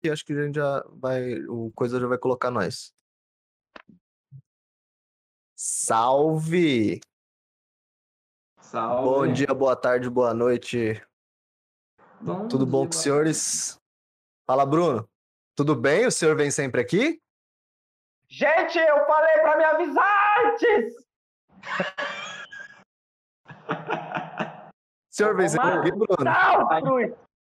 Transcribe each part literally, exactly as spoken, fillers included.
que acho que a gente já vai. O coisa já vai colocar nós. Salve! Bom Salve. dia, boa tarde, boa noite. Bom Tudo bom dia, com os boa senhores? Fala, Bruno. Tudo bem? O senhor vem sempre aqui? Gente, eu falei pra me avisar antes! O senhor vem sempre aqui, Bruno? Não, Cruz!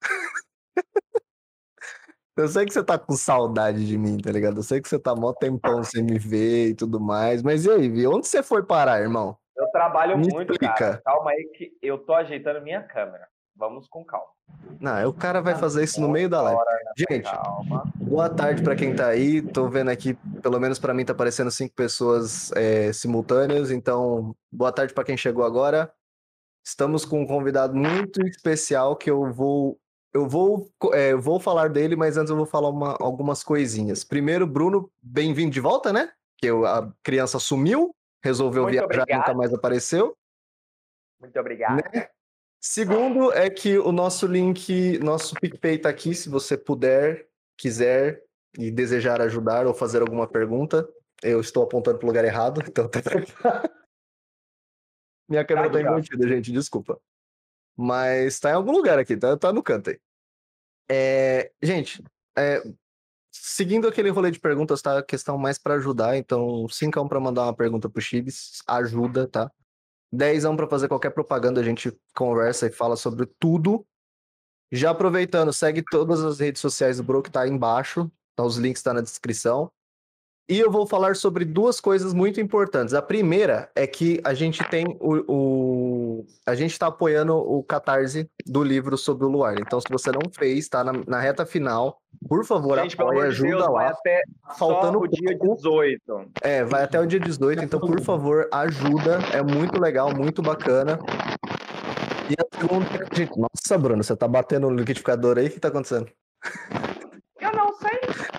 Eu sei que você tá com saudade de mim, tá ligado? Eu sei que você tá mó tempão sem me ver e tudo mais. Mas e aí, Vi? Onde você foi parar, irmão? Eu trabalho Me muito, explica. cara. Calma aí que eu tô ajeitando minha câmera. Vamos com calma. Não, o cara vai fazer isso no meio da live. Bora nessa Gente, calma. boa tarde pra quem tá aí. Tô vendo aqui, pelo menos pra mim, tá aparecendo cinco pessoas é, simultâneas. Então, boa tarde pra quem chegou agora. Estamos com um convidado muito especial que eu vou, eu vou, é, eu vou falar dele, mas antes eu vou falar uma- algumas coisinhas. Primeiro, Bruno, bem-vindo de volta, né? Que eu- a criança sumiu, resolveu Muito viajar e nunca obrigado. mais apareceu. Muito obrigado. Né? Segundo é que o nosso link, nosso PicPay tá aqui, se você puder, quiser e desejar ajudar ou fazer alguma pergunta. Eu estou apontando para o lugar errado, então tá tranquilo. Minha câmera tá Aqui, ó. invertida, gente, desculpa. Mas tá em algum lugar aqui, tá, tá no canto aí. É, gente, é, seguindo aquele rolê de perguntas, tá? A questão mais para ajudar, então cincão para mandar uma pergunta pro Chibis, ajuda, tá? Dezão para fazer qualquer propaganda, a gente conversa e fala sobre tudo. Já aproveitando, segue todas as redes sociais do Bro que tá aí embaixo, tá, os links tá na descrição. E eu vou falar sobre duas coisas muito importantes. A primeira é que a gente tem o, o- a gente está apoiando o Catarse do livro sobre o Luar. Então, se você não fez, tá na, na reta final, por favor, Gente, pelo apoie, amor de ajuda Deus, vai lá. até Faltando só o dia pouco. dezoito. É, vai até o dia dezoito, então, por favor, ajuda. É muito legal, muito bacana. E a segunda é que, gente, nossa, Bruno, você tá batendo no liquidificador aí? O que tá acontecendo? Eu não sei.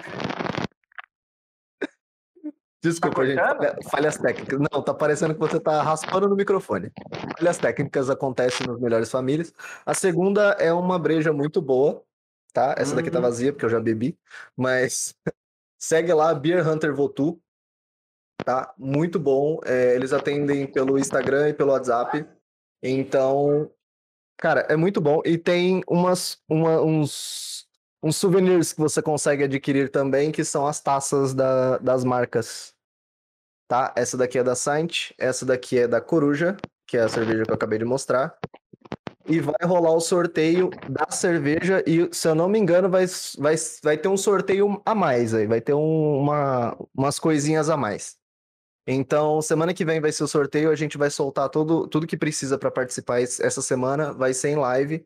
Desculpa, Tá gente, cortando? falha- falhas técnicas. Não, tá parecendo que você tá raspando no microfone. Falhas técnicas acontecem nas melhores famílias. A segunda é uma breja muito boa, tá? Essa daqui tá Uhum. vazia, porque eu já bebi. Mas segue lá, Beer Hunter Votu, tá? Muito bom. É, eles atendem pelo Instagram e pelo WhatsApp. Então, cara, é muito bom. E tem umas, uma- uns, uns souvenirs que você consegue adquirir também, que são as taças da- das marcas. Tá? Essa daqui é da Saint, essa daqui é da Coruja, que é a cerveja que eu acabei de mostrar. E vai rolar o sorteio da cerveja e, se eu não me engano, vai, vai, vai ter um sorteio a mais aí, vai ter um- uma, umas coisinhas a mais. Então, semana que vem vai ser o sorteio, a gente vai soltar tudo, tudo que precisa para participar esse- essa semana, vai ser em live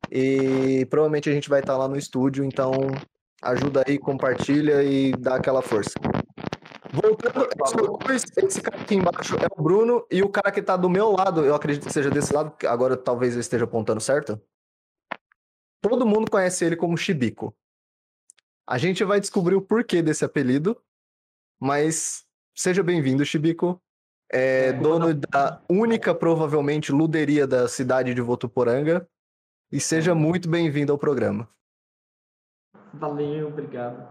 e provavelmente a gente vai estar lá no estúdio, então ajuda aí, compartilha e dá aquela força. Voltando, Por favor. Cruz, esse cara aqui embaixo é o Bruno e o cara que tá do meu lado, eu acredito que seja desse lado, que agora talvez eu esteja apontando certo. Todo mundo conhece ele como Chibico. A gente vai descobrir o porquê desse apelido, mas seja bem-vindo, Chibico. É É culpa dono da única, provavelmente, luderia da cidade de Votuporanga. E seja muito bem-vindo ao programa. Valeu, obrigado.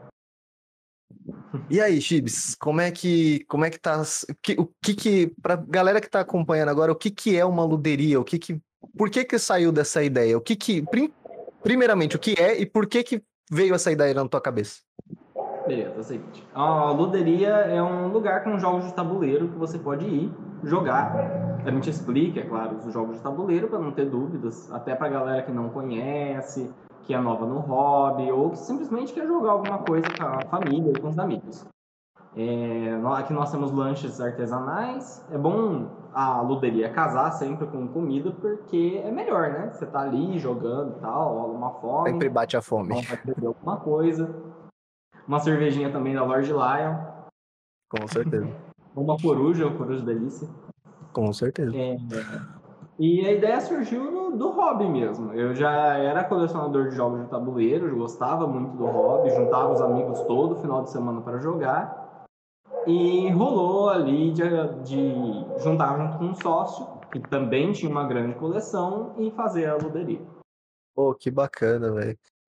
E aí, Chibs, como é que, como é que tá, o que, o que que, pra galera que tá acompanhando agora, o que que é uma luderia? O que que, por que que saiu dessa ideia? O que que, prim- primeiramente, o que é e por que que veio essa ideia na tua cabeça? Beleza, é o seguinte. A luderia é um lugar com jogos de tabuleiro que você pode ir jogar. A gente explica, é claro, os jogos de tabuleiro para não ter dúvidas, até para galera que não conhece, que é nova no hobby ou que simplesmente quer jogar alguma coisa com a família ou com os amigos. É, nó- aqui nós temos lanches artesanais. É bom a luderia casar sempre com comida porque é melhor, né? Você tá ali jogando e tal, rola uma fome, Sempre bate a fome. então vai beber alguma coisa. Uma cervejinha também da Lord Lion. Com certeza. Uma coruja, uma coruja delícia. Com certeza. E a ideia surgiu no- do hobby mesmo. Eu já era colecionador de jogos de tabuleiro, eu gostava muito do hobby, juntava os amigos todo final de semana para jogar. E rolou ali de, de juntar junto com um sócio, que também tinha uma grande coleção, e fazer a luderia. Pô, que bacana, velho.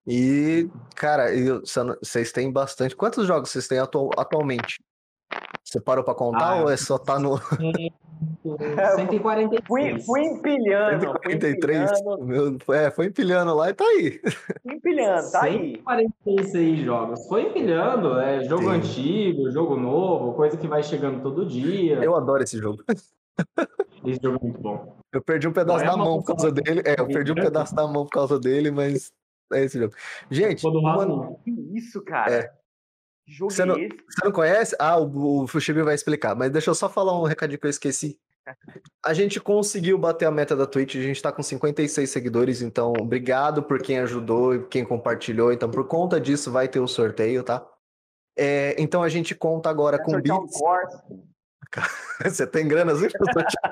E, cara, eu- cê não- vocês têm bastante. Quantos jogos vocês têm atu- atualmente? Você parou pra contar Ah, ou é só tá no cento e quarenta e Fui, seis. fui empilhando, fui cento e quarenta e três? empilhando, Meu, é, foi empilhando lá e tá aí. fui empilhando, tá aí. cento e quarenta e seis jogos. Foi empilhando, é jogo Sim. antigo, jogo novo, coisa que vai chegando todo dia. Eu adoro esse jogo. Esse jogo é muito bom. Eu perdi um pedaço Não é da uma mão por causa função dele. É, eu perdi um grande. pedaço da mão por causa dele, mas é esse jogo. Gente, Todo uma- Halloween. Que isso, cara? É. Que jogo Você é não- esse? você não conhece? Ah, o, o Fuxibi vai explicar, mas deixa eu só falar um recadinho que eu esqueci. A gente conseguiu bater a meta da Twitch, a gente tá com cinquenta e seis seguidores, então obrigado por quem ajudou e quem compartilhou. Então, por conta disso, vai ter o sorteio, tá? É, então a gente conta agora Vai com sortear um bits. Corsa. Você tem grana assim pra sortear?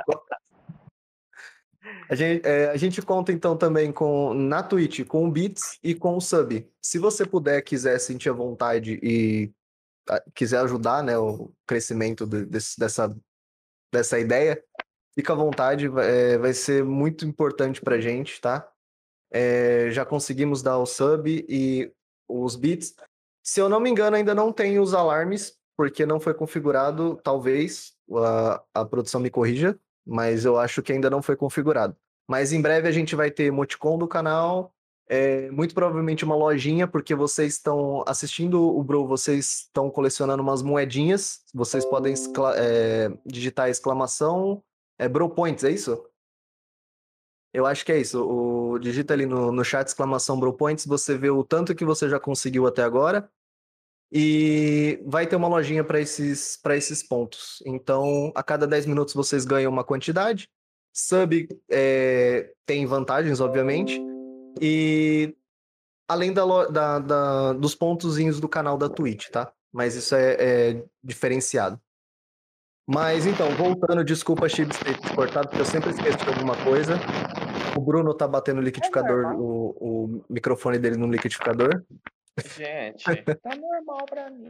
A gente, é, a gente conta então também com na Twitch com o Bits e com o Sub. Se você puder, quiser sentir a vontade e ah, quiser ajudar, né, o crescimento de- desse- dessa, dessa ideia, fica à vontade, vai, é, vai ser muito importante pra gente, tá? É, já conseguimos dar o Sub e os Bits. Se eu não me engano, ainda não tem os alarmes, porque não foi configurado, talvez a, a produção me corrija, mas eu acho que ainda não foi configurado. Mas em breve a gente vai ter emoticon do canal, é, muito provavelmente uma lojinha, porque vocês estão assistindo o Bro, vocês estão colecionando umas moedinhas, vocês podem excla- é, digitar exclamação, é Bro Points, é isso? Eu acho que é isso. O, digita ali no, no chat exclamação Bro Points, você vê o tanto que você já conseguiu até agora. E vai ter uma lojinha para esses, para esses pontos. Então, a cada dez minutos vocês ganham uma quantidade. Sub é, tem vantagens, obviamente. E além da, lo- da- da- dos pontozinhos do canal da Twitch, tá? Mas isso é, é diferenciado. Mas então, voltando, desculpa, Chibs, ter te cortado, porque eu sempre esqueço de alguma coisa. O Bruno tá batendo o liquidificador, normal. o, o microfone dele no liquidificador. Gente, tá normal pra mim.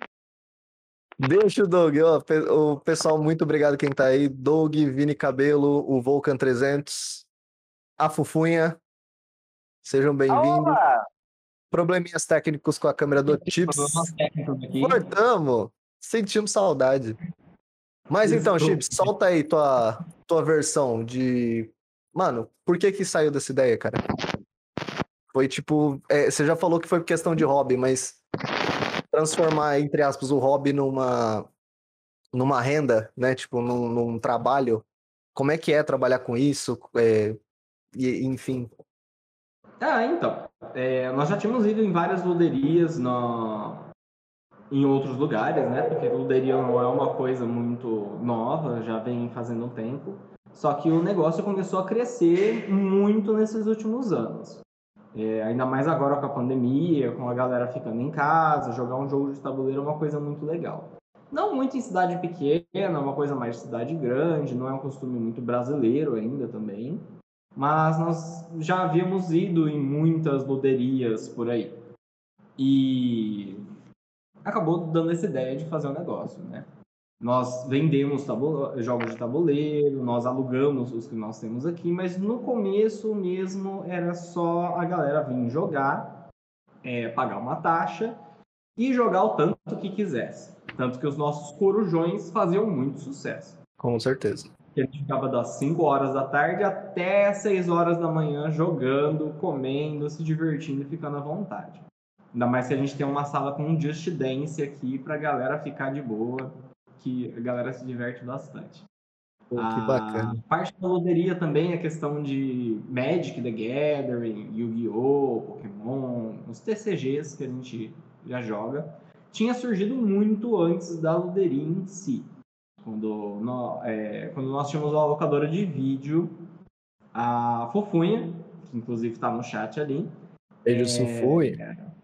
Deixa o Doug, ó, pe- o pessoal, muito obrigado quem tá aí. Doug, Vini Cabelo, o Vulcan trezentos, a Fufunha, sejam bem-vindos. Opa! Probleminhas técnicos com a câmera do Chips. Problemas técnicos aqui. Voltamos, sentimos saudade. Mas então, Desculpa. Chips, solta aí tua, tua versão de... Mano, por que que saiu dessa ideia, cara? Foi tipo, é, você já falou que foi questão de hobby, mas transformar, entre aspas, o hobby numa, numa renda, né? Tipo, num, num trabalho. Como é que é trabalhar com isso? É, e, enfim. Ah, então. é, nós já tínhamos ido em várias luderias no- em outros lugares, né? Porque luderia não é uma coisa muito nova, já vem fazendo um tempo. Só que o negócio começou a crescer muito nesses últimos anos. É, ainda mais agora com a pandemia, com a galera ficando em casa, jogar um jogo de tabuleiro é uma coisa muito legal. Não muito em cidade pequena, é uma coisa mais de cidade grande, não é um costume muito brasileiro ainda também. Mas nós já havíamos ido em muitas luderias por aí. E acabou dando essa ideia de fazer um negócio, né? Nós vendemos tabu- jogos de tabuleiro, nós alugamos os que nós temos aqui, mas no começo mesmo era só a galera vir jogar, é, pagar uma taxa e jogar o tanto que quisesse. Tanto que os nossos corujões faziam muito sucesso. Com certeza. A gente ficava das cinco horas da tarde até seis horas da manhã jogando, comendo, se divertindo e ficando à vontade. Ainda mais que a gente tem uma sala com um Just Dance aqui pra galera ficar de boa, que a galera se diverte bastante. Pô, que A bacana. parte da loteria também é questão de Magic the Gathering, Yu-Gi-Oh!, Pokémon, os T C Gs que a gente já joga. Tinha surgido muito antes da loteria em si. Quando, nó- é, quando nós tínhamos uma locadora de vídeo, a Fofunha, que inclusive está no chat ali, Beijo, Sufui.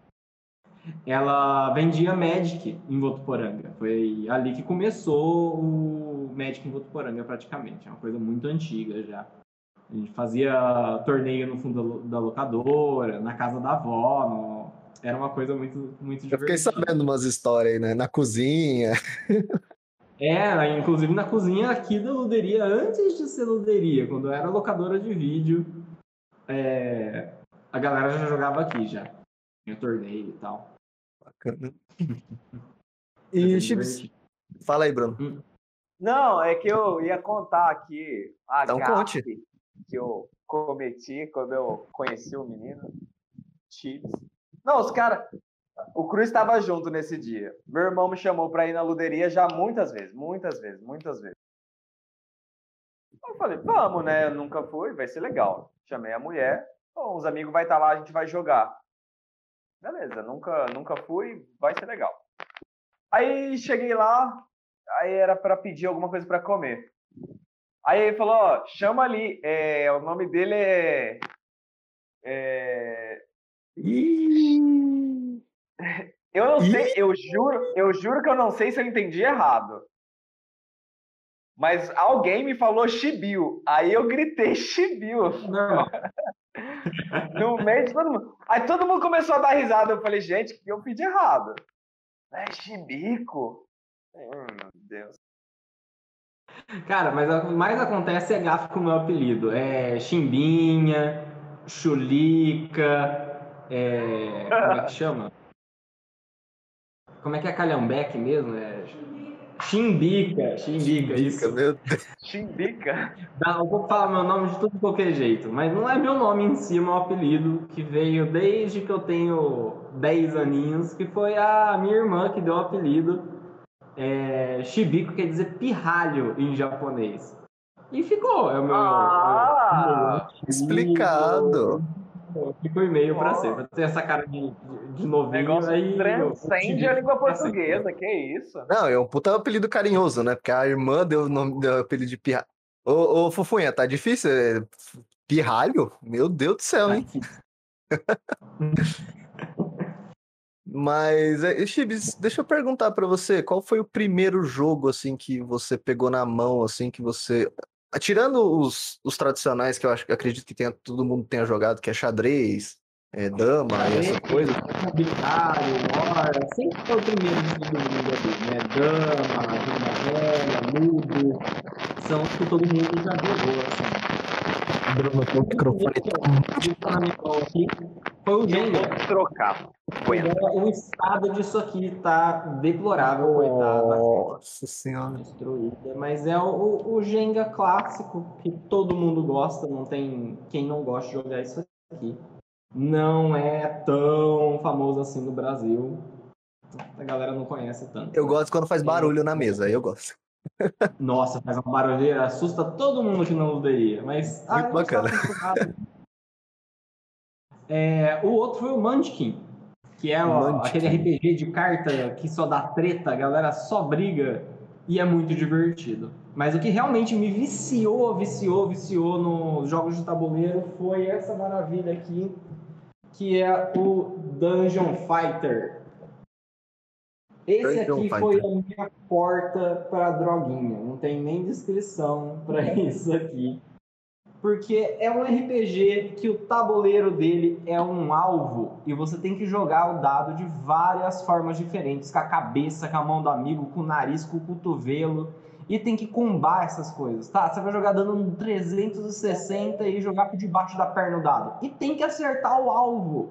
ela vendia Magic em Votuporanga. Foi ali que começou o Magic em Votuporanga, praticamente. É uma coisa muito antiga já. A gente fazia torneio no fundo da lo- da locadora, na casa da avó. no- Era uma coisa muito, muito Eu fiquei divertida. sabendo umas histórias aí, né? Na cozinha. É, inclusive na cozinha aqui da luderia, antes de ser luderia, quando era locadora de vídeo, é, a galera já jogava aqui já. tinha torneio e tal. Bacana. Vai E, ser Chips, divertido. fala aí, Bruno. Hum. Não, é que eu ia contar aqui a Então gafe conte. que eu cometi quando eu conheci o menino. Chips. Não, os caras. O Cruz estava junto nesse dia. Meu irmão me chamou para ir na luderia já muitas vezes, muitas vezes, muitas vezes. Eu falei, vamos, né? Eu nunca fui, vai ser legal. Chamei a mulher, bom, os amigos vai estar lá, a gente vai jogar. Beleza, nunca, nunca fui, vai ser legal. Aí cheguei lá, aí era para pedir alguma coisa para comer. Aí ele falou, ó, chama ali, é, o nome dele é... é... Ih, Eu não Ih. sei, eu juro, eu juro que eu não sei se eu entendi errado. Mas alguém me falou Chibiu. Aí eu gritei Chibiu. Normal. No meio de todo mundo. Aí todo mundo começou a dar risada. Eu falei, gente, eu pedi errado. É Chibico. Hum, meu Deus. Cara, mas o que mais acontece é gafe com o meu apelido. É Chimbinha, Chulica, é... como é que chama? Como é que é calhambeque mesmo? É... Chimbica, Chimbica, isso. Meu Deus. Chimbica. Dá, eu vou falar meu nome de tudo de qualquer jeito, mas não é meu nome em si, é meu apelido, que veio desde que eu tenho dez aninhos, que foi a minha irmã que deu o apelido. É, Chibico quer dizer pirralho em japonês. E ficou, é o meu. Ah! É, Explicado. Ficou e-mail pra Oh. sempre. Eu tenho essa cara de, de, de novinho, Negócio aí. transcende eu- a língua pra sempre. portuguesa. Que isso? Não, é um puta apelido carinhoso, né? Porque a irmã deu o nome, deu o apelido de pirralho. Ô, ô, Fofunha, tá difícil? É, pirralho? Meu Deus do céu, hein? Mas, é, Chibis, deixa eu perguntar pra você, qual foi o primeiro jogo, assim, que você pegou na mão, assim, que você... Tirando os, os tradicionais, que eu acho que acredito que tenha, todo mundo tenha jogado, que é xadrez, é, dama e essas coisas. Habilitário, hora, sempre foi o primeiro de todo mundo ali, né? Dama, dama velha, ludo, são os que todo mundo já jogou, assim. Bruno, o microfone tá... Na minha mão aqui foi o Eu Jenga. vou trocar. Foi. O estado disso aqui tá deplorável, coitada. Nossa senhora. Destruída, mas é o, o Jenga clássico que todo mundo gosta, não tem quem não gosta de jogar isso aqui. Não é tão famoso assim no Brasil. A galera não conhece tanto. Eu gosto quando faz barulho na mesa, aí eu gosto. Nossa, faz uma barulheira, assusta todo mundo que não luderia, mas Muito ah, eu bacana. sou acostumado. É, o outro foi o Munchkin, que é ó, Munchkin. aquele R P G de carta que só dá treta, a galera só briga e é muito divertido. Mas o que realmente me viciou, viciou, viciou nos jogos de tabuleiro foi essa maravilha aqui, que é o Dungeon Fighter. Esse Dungeon aqui Fighter. foi a minha porta para droguinha, não tem nem descrição para isso aqui. Porque é um R P G que o tabuleiro dele é um alvo e você tem que jogar o dado de várias formas diferentes, com a cabeça, com a mão do amigo, com o nariz, com o cotovelo, e tem que combar essas coisas, tá? Você vai jogar dando um trezentos e sessenta e jogar por debaixo da perna o dado. E tem que acertar o alvo.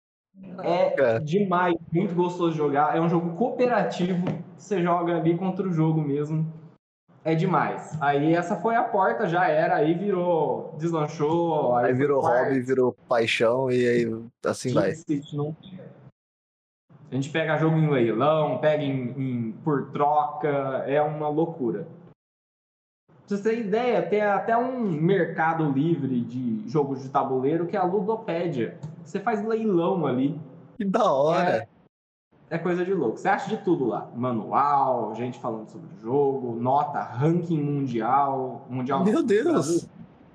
É É. demais, muito gostoso de jogar. É um jogo cooperativo, você joga ali contra o jogo mesmo. É demais. Aí essa foi a porta, já era, aí virou, deslanchou. Aí virou foi hobby, virou paixão e aí assim vai. Dixit, não... A gente pega jogo em leilão, pega em, em, por troca, é uma loucura. Pra você ter ideia, tem até um mercado livre de jogos de tabuleiro que é a Ludopédia. Você faz leilão ali. Que da hora! É... É coisa de louco. Você acha de tudo lá. Manual, gente falando sobre o jogo, nota, ranking mundial. mundial Meu do Deus! Brasil.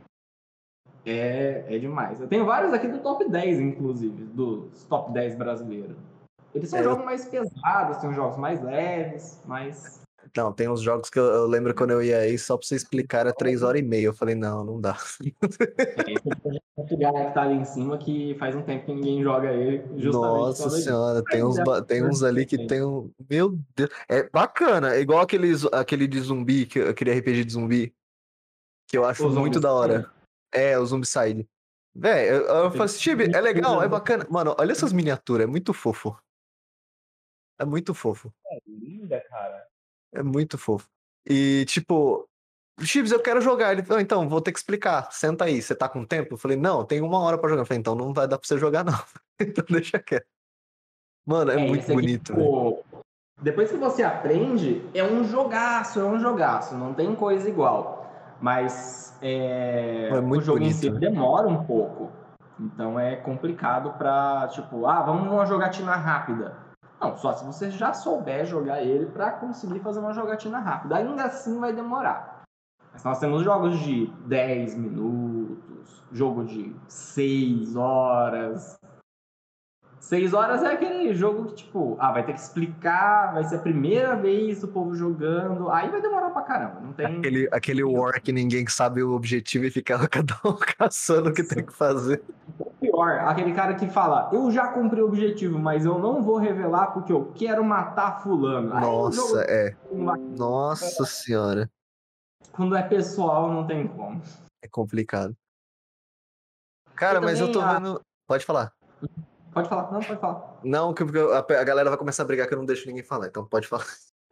É, é demais. Eu tenho vários aqui do top dez, inclusive, dos top dez brasileiros. Eles são É, eu- jogos mais pesados, tem jogos mais leves, mas... Não, tem uns jogos que eu, eu lembro quando eu ia aí, só pra você explicar, era três horas e meia. Eu falei, não, não dá. É, esse é o Portugal que tá ali em cima, que faz um tempo que ninguém joga ele, justamente por Nossa causa disso. senhora, tem uns, Mas é ba- tem uns ali que tem um. Meu Deus. É bacana, é igual aqueles, aquele de zumbi, que- aquele R P G de zumbi, que eu acho O muito Zombicide? da hora. É, o Zombicide. Véi, eu, eu falo assim, Chibi, é legal, é bacana. Mano, olha essas miniaturas, é muito fofo. É muito fofo. É linda, cara. É muito fofo. E, tipo, Chibs, eu quero jogar. Ele falou, então, vou ter que explicar. Senta aí, você tá com tempo? Eu falei, não, tem uma hora pra jogar. Eu falei, então não vai dar pra você jogar, não. Então deixa quieto. Mano, é, É, muito esse aqui, bonito, velho. tipo, depois que você aprende, é um jogaço, é um jogaço, não tem coisa igual. Mas é, É o muito jogo em si bonito, né? demora um pouco. Então é complicado pra, tipo, ah, vamos uma jogatina rápida. Não, só se você já souber jogar ele pra conseguir fazer uma jogatina rápida. Ainda assim vai demorar. Mas nós temos jogos de dez minutos, jogo de seis horas. Seis horas é aquele jogo que, tipo, ah, vai ter que explicar, vai ser a primeira vez do povo jogando, aí vai demorar pra caramba, não tem... Aquele, aquele war que ninguém sabe o objetivo e fica cada um caçando o que tem que fazer. O pior, aquele cara que fala, eu já cumpri o objetivo, mas eu não vou revelar porque eu quero matar fulano. Aí o jogo Nossa, é. não vai- Nossa senhora. Quando é pessoal, não tem como. É complicado. Cara, E mas eu também, tô ah, vendo. Pode falar. pode falar, não, pode falar. Não, que porque a, a galera vai começar a brigar que eu não deixo ninguém falar, então pode falar.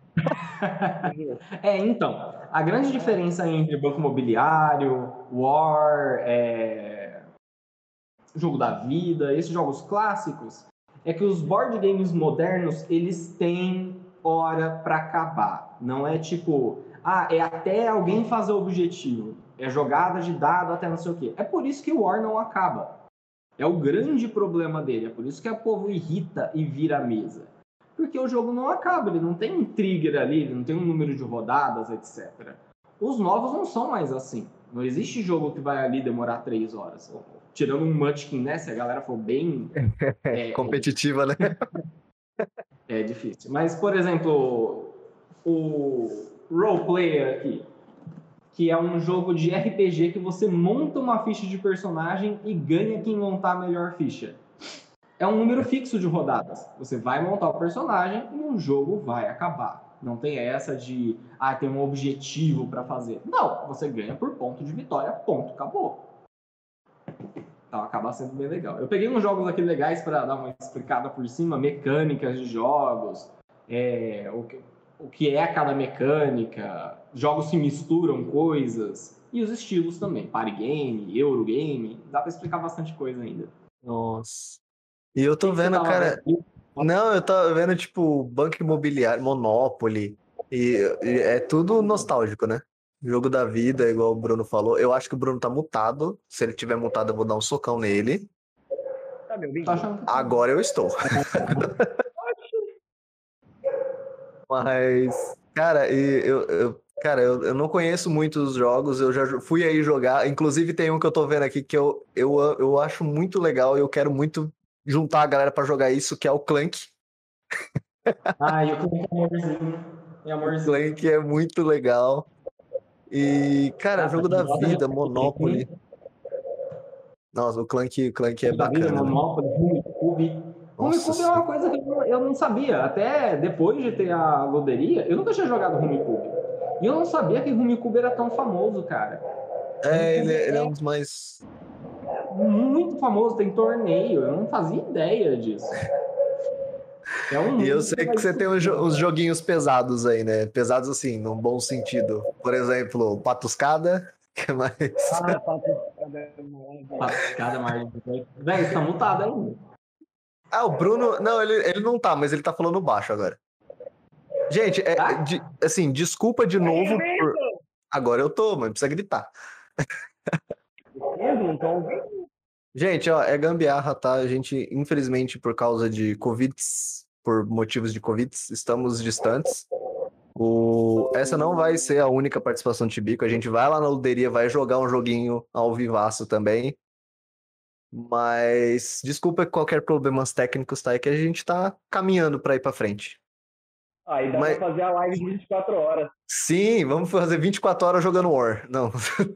É, então, a grande diferença entre banco imobiliário, War, é, jogo da vida, esses jogos clássicos, é que os board games modernos, eles têm hora para acabar. Não é tipo, ah, é até alguém fazer o objetivo. É jogada de dado até não sei o quê. É por isso que o War não acaba. É o grande problema dele. É por isso que o povo irrita e vira a mesa. Porque o jogo não acaba, ele não tem um trigger ali, ele não tem um número de rodadas, etcétera. Os novos não são mais assim. Não existe jogo que vai ali demorar três horas. Tirando um Munchkin, né? Se a galera for bem... É, competitiva, né? É difícil. Mas, por exemplo, o Role Player aqui, que é um jogo de R P G que você monta uma ficha de personagem e ganha quem montar a melhor ficha. É um número fixo de rodadas. Você vai montar o personagem e o jogo vai acabar. Não tem essa de, ah, tem um objetivo para fazer. Não, você ganha por ponto de vitória, ponto, acabou. Então acaba sendo bem legal. Eu peguei uns jogos aqui legais para dar uma explicada por cima, mecânicas de jogos, é, o, que, o que é cada mecânica, jogos se misturam coisas, e os estilos também, party game, Eurogame, dá para explicar bastante coisa ainda. Nossa. E eu tô O que que você vendo, tava cara. vendo? Não, eu tô vendo, tipo, Banco Imobiliário, Monopoly. E, e é tudo nostálgico, né? Jogo da vida, igual o Bruno falou. Eu acho que o Bruno tá mutado. Se ele tiver mutado, eu vou dar um socão nele. Tá me ouvindo? Tô achando que tá. Agora eu estou. Mas, cara, e eu, eu, cara, eu, eu não conheço muitos jogos, eu já jo- fui aí jogar. Inclusive, tem um que eu tô vendo aqui que eu, eu, a- eu acho muito legal e eu quero muito juntar a galera pra jogar isso, que é o Clank. Ah, e o Clank é amorzinho. É O amorzinho. Clank é muito legal. E, cara, Nossa, jogo da gosta de vida, Monopoly. Nossa, o Clank, o Clank é jogo da vida, bacana, né? Monopoly, Rummikub. Nossa Rummikub é senhora. uma coisa que eu não, eu não sabia. Até depois de ter a loderia, eu nunca tinha jogado Rummikub. E eu não sabia que Rummikub era tão famoso, cara. É, ele, Rummikub ele é é um dos mais. muito famoso, tem torneio. Eu não fazia ideia disso. É um E eu mundo sei vai que você tem uns, jo- uns joguinhos pesados aí, né? Pesados assim, num bom sentido. Por exemplo, Patuscada, que é mais. Ah, papo. cada margem. Véi, você tá mutado ainda. Ah, o Bruno. Não, ele, ele não tá, mas ele tá falando baixo agora. Gente, é, Tá? de- assim, desculpa de novo por. Agora eu tô, mas precisa gritar. Vocês não estão ouvindo? Gente, ó, é gambiarra, tá? A gente, infelizmente, por causa de Covid, por motivos de Covid, estamos distantes. O... Essa não vai ser a única participação de Tibico. A gente vai lá na luderia, vai jogar um joguinho ao vivaço também. Mas desculpa qualquer problemas técnicos, tá? É que a gente tá caminhando pra ir pra frente. Aí dá Mas- pra fazer a live de vinte e quatro horas. Sim, vamos fazer vinte e quatro horas jogando War. Não.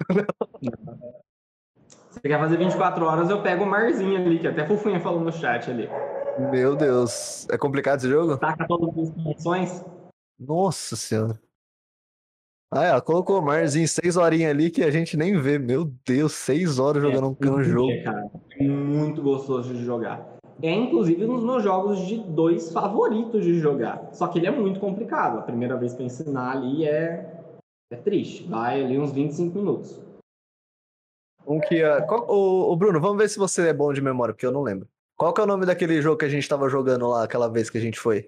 Se você quer fazer vinte e quatro horas, eu pego o Marzinho ali, que até Fufunha falou no chat ali. Meu Deus. É complicado esse jogo? Taca todas as expansões. Nossa senhora. Ah, ela colocou o Marzinho seis horinhas ali que a gente nem vê. Meu Deus, seis horas jogando um cano jogo. É, cara, é muito gostoso de jogar. É, inclusive, um dos meus jogos de dois favoritos de jogar. Só que ele é muito complicado. A primeira vez para ensinar ali é, é triste. Vai ali uns vinte e cinco minutos. Um que, uh, qual, ô, ô, Bruno, vamos ver se você é bom de memória, porque eu não lembro. Qual que é o nome daquele jogo que a gente tava jogando lá aquela vez que a gente foi?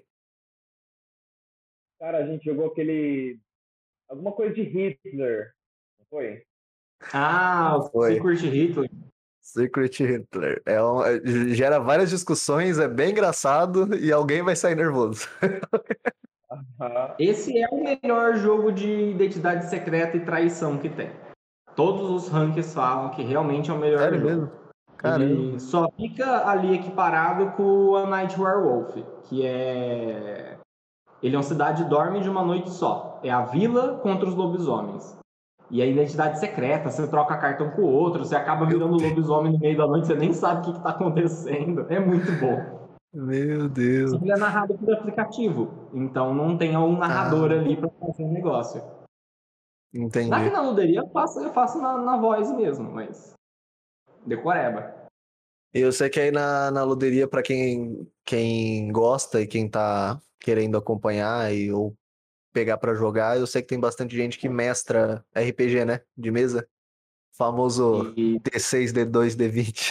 Cara, a gente jogou aquele. Alguma coisa de Hitler, não foi? Ah, o Foi. Secret Hitler. Secret Hitler. É um, é, gera várias discussões, é bem engraçado e alguém vai sair nervoso. Esse é o melhor jogo de identidade secreta e traição que tem. Todos os rankings falam que realmente é o melhor Sério jogo. mesmo? Caramba. Ele só fica ali equiparado com a Night Werewolf, que é... Ele é uma cidade que dorme de uma noite só. É a vila contra os lobisomens. E a identidade secreta, você troca cartão com o outro, você acaba virando lobisomem no meio da noite, você nem sabe o que está acontecendo. É muito bom. Meu Deus. Ele é narrado por aplicativo, então não tem um narrador Ah. ali para fazer o negócio. Entendi. Daqui na luderia eu faço, eu faço na, na voz mesmo, mas decoreba. Eu sei que aí na, na luderia, pra quem, quem gosta e quem tá querendo acompanhar e, ou pegar pra jogar, eu sei que tem bastante gente que mestra R P G, né? De mesa. Famoso E D seis, D dois, D vinte.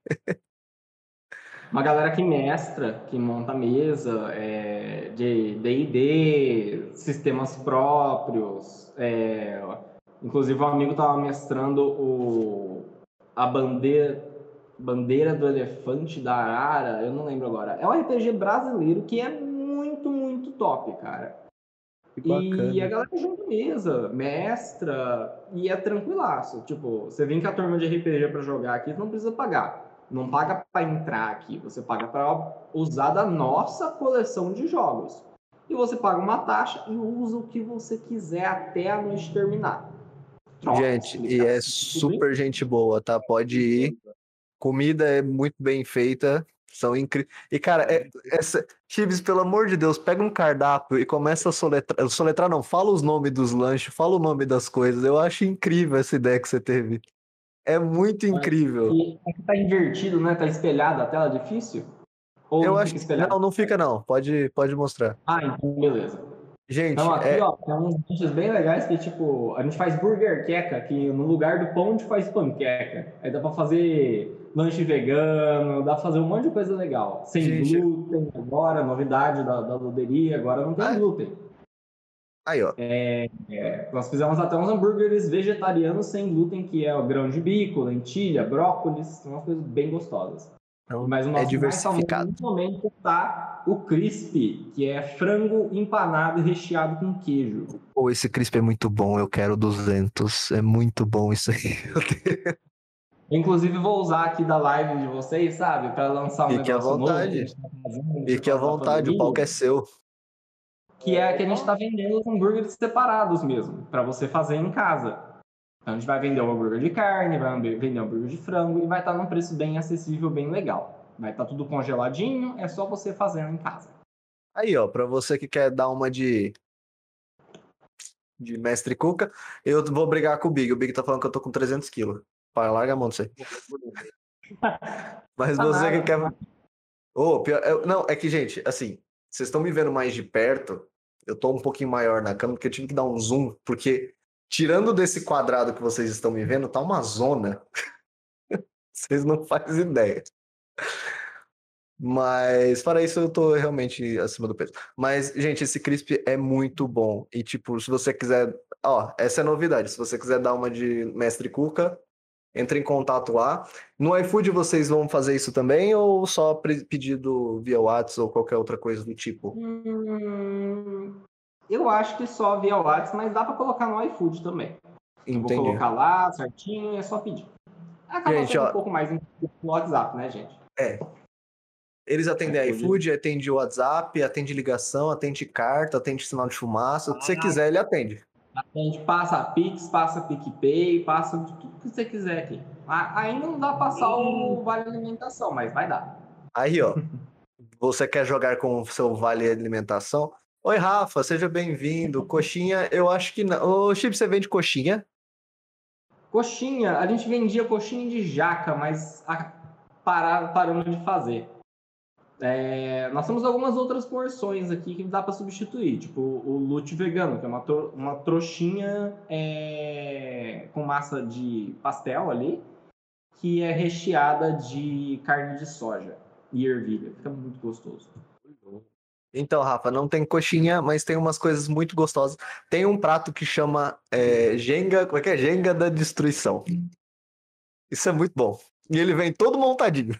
uma galera que mestra, que monta mesa, é, de D e D, sistemas próprios. É, inclusive, um amigo estava mestrando o, a bandeira, bandeira do elefante da arara, eu não lembro agora. É um R P G brasileiro que é muito, muito top, cara. Que bacana. E a galera junta mesa, mestra, e é tranquilaço. Tipo, você vem com a turma de R P G pra jogar aqui, você não precisa pagar. Não paga pra entrar aqui, você paga pra usar da nossa coleção de jogos. E você paga uma taxa e usa o que você quiser até a noite terminar. Troca, Gente, e explica. é super gente boa, tá? Pode ir. Comida é muito bem feita. São incríveis. E, cara, é, essa... Chives, pelo amor de Deus, pega um cardápio e começa a soletrar. Soletrar não, fala os nomes dos lanches, fala o nome das coisas. Eu acho incrível essa ideia que você teve. É muito incrível. E é que tá invertido, né? Tá espelhado a tela, difícil? Ou Eu não acho fica que. espelhado? Não, não fica, não. Pode, pode mostrar. Ah, então beleza. Gente, Então aqui, é. ó, tem uns lanches bem legais que, tipo, a gente faz burger queca, que no lugar do pão a gente faz panqueca. Aí dá pra fazer lanche vegano, dá pra fazer um monte de coisa legal. Sem Gente. glúten agora, novidade da, da luderia, agora não tem Ah. glúten. Aí, ó. É, nós fizemos até uns hambúrgueres vegetarianos sem glúten, que é o grão de bico, lentilha, brócolis, são umas coisas bem gostosas. Então, Mas o é nosso mais diversificado. famoso no momento tá o crisp, que é frango empanado e recheado com queijo. Pô, esse crisp é muito bom, eu quero duzentos. É muito bom isso aí. Inclusive, vou usar aqui da live de vocês, sabe? Para lançar um Fique à negócio vontade. novo. Que a gente tá fazendo, Fique à por causa da vontade, o pandemia, palco é seu. Que é que a gente está vendendo os hambúrgueres separados mesmo, para você fazer em casa. Então, a gente vai vender o hambúrguer de carne, vai vender o hambúrguer de frango e vai estar num preço bem acessível, bem legal. Vai estar tudo congeladinho, é só você fazendo em casa. Aí, ó, pra você que quer dar uma de de mestre Cuca, eu vou brigar com o Big. O Big tá falando que eu tô com trezentos quilos. Pai, larga a mão disso aí. Mas Tá você nada, que quer... tá. Ô, pior... eu- Não, é que, gente, assim, vocês estão me vendo mais de perto, eu tô um pouquinho maior na câmera, porque eu tive que dar um zoom, porque tirando desse quadrado que vocês estão me vendo, tá uma zona. Vocês não fazem ideia. Mas, para isso, eu tô realmente acima do peso. Mas, gente, esse crisp é muito bom. E, tipo, se você quiser... Ó, essa é a novidade. Se você quiser dar uma de Mestre Cuca, entre em contato lá. No iFood vocês vão fazer isso também? Ou só pre- pedido via WhatsApp ou qualquer outra coisa do tipo? Hum, eu acho que só via WhatsApp, mas dá para colocar no iFood também. Eu vou Entendi. colocar lá certinho, é só pedir. Acaba Gente, sendo ó. um pouco mais no WhatsApp, né, gente? É. Eles atendem iFood. iFood, atende WhatsApp, atende ligação, atende carta, atende sinal de fumaça. O que você quiser, ele atende. A gente passa a Pix, passa a PicPay, passa tudo que você quiser aqui. A- Ainda não dá pra passar o Vale Alimentação, mas vai dar. Aí, ó. Você quer jogar com o seu vale alimentação? Oi, Rafa, seja bem-vindo. Coxinha, eu acho que não. Ô, Chip, você vende coxinha? Coxinha, a gente vendia coxinha de jaca, mas a, parar, paramos de fazer. É, nós temos algumas outras porções aqui que dá para substituir, tipo o lute vegano, que é uma, tro, uma trouxinha é, com massa de pastel ali, que é recheada de carne de soja e ervilha. Fica muito gostoso. Então, Rafa, não tem coxinha, mas tem umas coisas muito gostosas. Tem um prato que chama é, Jenga, como é que é? Jenga da Destruição. Isso é muito bom. E ele vem todo montadinho.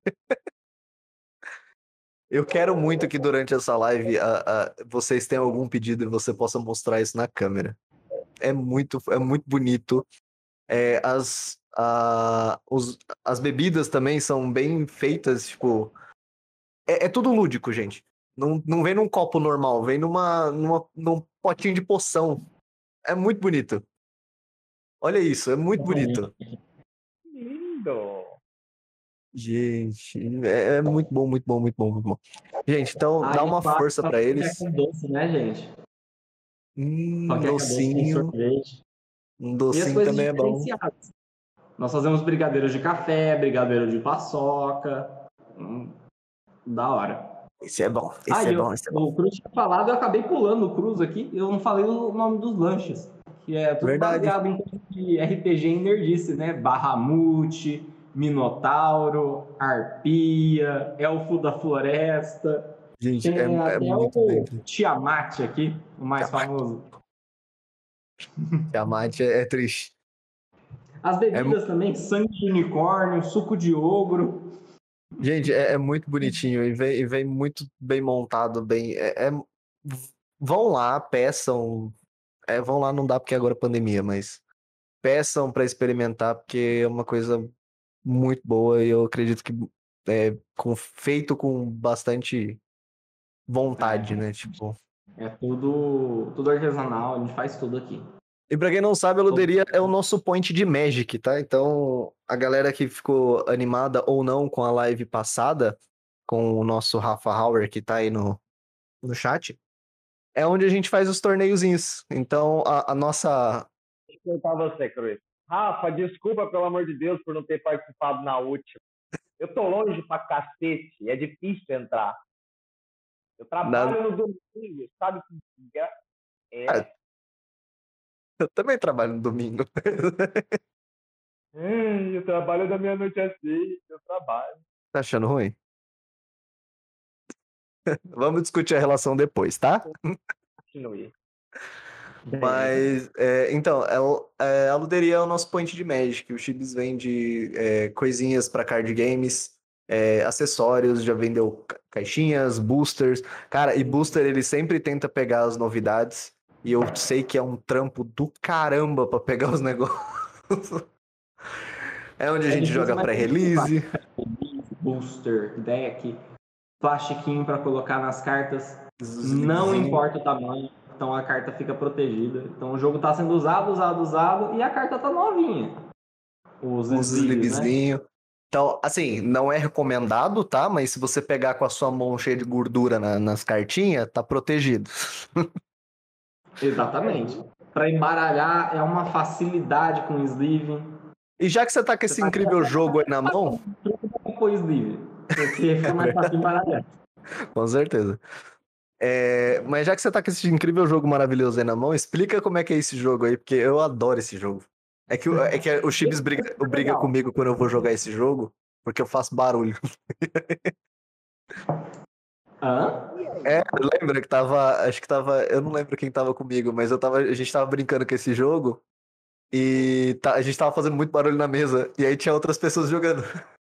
Eu quero muito que durante essa live a, a, vocês tenham algum pedido e você possa mostrar isso na câmera. É muito, é muito bonito. É, as, a, os, as bebidas também são bem feitas, tipo. É, é tudo lúdico, gente. Não, não vem num copo normal, vem numa, numa, num potinho de poção. É muito bonito. Olha isso, é muito bonito. Lindo. Gente, é, é muito bom, muito bom, muito bom, muito bom. Gente, então Ah, dá e uma claro, força só pra que é eles. com doce, né, gente? Só Hum, que é com doce com docinho. sorvete. Um E as docinho coisas também é bom. diferenciadas. Nós fazemos brigadeiro de café, brigadeiro de paçoca. Hum, da hora. Esse é bom, Ah, esse é e eu, bom, esse é bom. o Cruz tinha falado, eu acabei pulando o Cruz aqui, eu não falei o nome dos lanches, que é tudo Verdade. baseado em coisa de R P G e nerdice, né? Bahamut, Minotauro, Arpia, Elfo da Floresta. Gente, é, Tem é até muito o dentro. Tiamat aqui, o mais Tiamat. famoso. Tiamat é, é triste. As É, bebidas também, sangue de unicórnio, suco de ogro. gente, é, é muito bonitinho e vem, e vem muito bem montado, bem. É, é- vão lá, peçam. É, vão lá, não dá porque agora é pandemia, mas peçam para experimentar, porque é uma coisa muito boa e eu acredito que é com, feito com bastante vontade, É, né? Tipo. é tudo, tudo artesanal, a gente faz tudo aqui. E pra quem não sabe, a Luderia é o nosso point de Magic, tá? Então, a galera que ficou animada ou não com a live passada, com o nosso Rafa Hauer, que tá aí no, no chat, é onde a gente faz os torneiozinhos. Então, a, a nossa. Vou cortar você, Cruz. Rafa, desculpa, pelo amor de Deus, por não ter participado na última. Eu tô longe pra cacete, é difícil entrar. Eu na- trabalho no domingo, sabe que Ah, é? eu também trabalho no domingo. Hum, eu trabalho da meia-noite às seis, eu trabalho. Tá achando ruim? Vamos discutir a relação depois, tá? Continue. Mas, é, então, é o- é, a Luderia é o nosso point de Magic. O Chibis vende é, coisinhas para card games, é, acessórios, já vendeu ca- caixinhas, boosters. Cara, e booster ele sempre tenta pegar as novidades. E eu sei que é um trampo do caramba para pegar os negócios. É onde a É gente difícil, joga mas pré-release. booster, deck, plastiquinho para colocar nas cartas. os Não livrezinhos. importa o tamanho, então a carta fica protegida. Então o jogo está sendo usado, usado, usado e a carta tá novinha. Os Os sleeves, né? sleevezinhos. Então, assim, não é recomendado, tá? Mas se você pegar com a sua mão cheia de gordura na- nas cartinhas, tá protegido. Exatamente. Para embaralhar é uma facilidade com sleeve. E já que você tá com esse incrível jogo aí na mão, Com sleeve, porque fica mais fácil de embaralhar. com certeza. É, mas já que você tá com esse incrível jogo maravilhoso aí na mão, explica como é que é esse jogo aí, porque eu adoro esse jogo. É que, o- é que o Chibis briga, briga comigo quando eu vou jogar esse jogo, porque eu faço barulho. Hã? É, lembra que tava, acho que tava, eu não lembro quem tava comigo, mas eu tava, a gente tava brincando com esse jogo e tá- a gente tava fazendo muito barulho na mesa, e aí tinha outras pessoas jogando.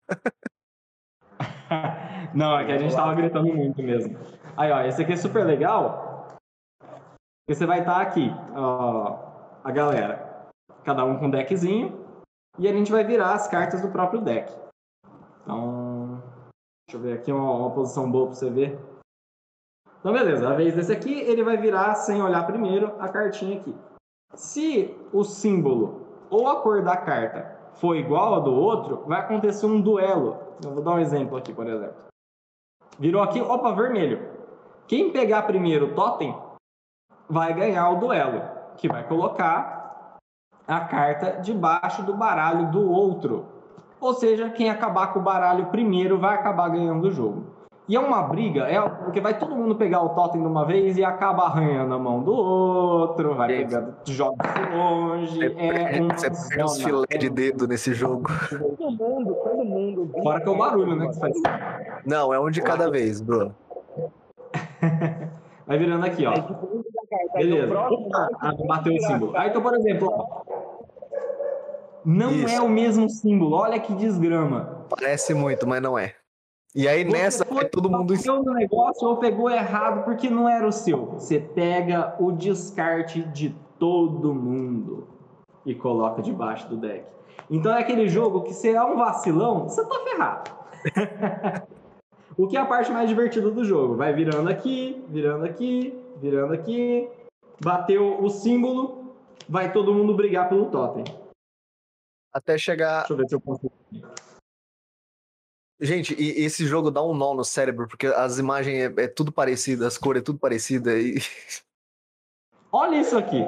Não, é que a gente tava gritando muito mesmo. Aí, ó, esse aqui é super legal. Porque você vai estar aqui, ó, a galera. Cada um com um deckzinho. E a gente vai virar as cartas do próprio deck. Então, deixa eu ver aqui uma, uma posição boa pra você ver. Então, beleza. A vez desse aqui, ele vai virar, sem olhar primeiro, a cartinha aqui. Se o símbolo ou a cor da carta for igual ao do outro, vai acontecer um duelo. Eu vou dar um exemplo aqui, por exemplo. Virou aqui, opa, vermelho. Quem pegar primeiro o totem vai ganhar o duelo, que vai colocar a carta debaixo do baralho do outro. Ou seja, quem acabar com o baralho primeiro vai acabar ganhando o jogo. E é uma briga, é porque vai todo mundo pegar o totem de uma vez e acaba arranhando a mão do outro, vai Gente, pegando, joga longe, Você é pega, uma você pega os zona. filé de dedo nesse jogo. Todo mundo, todo mundo. Fora que é o barulho, né, que você faz. Não, é um de cada vez, Bruno. Vai virando aqui, ó. É tipo um da carta. Aí no Beleza. próximo, Ah, bateu o símbolo. Aí, então, por exemplo, ó, não Isso. é o mesmo símbolo. Olha que desgrama. Parece muito, mas não é. E aí Você nessa foi, vai todo mundo. bateu no negócio ou pegou errado porque não era o seu. Você pega o descarte de todo mundo e coloca debaixo do deck. Então é aquele jogo que se é um vacilão, você tá ferrado. O que é a parte mais divertida do jogo? Vai virando aqui, virando aqui, virando aqui. Bateu o símbolo, vai todo mundo brigar pelo totem. Até chegar. Deixa eu ver se eu consigo. Gente, e esse jogo dá um nó no cérebro, porque as imagens é, é tudo parecido, as cores é tudo parecida. E... Olha isso aqui.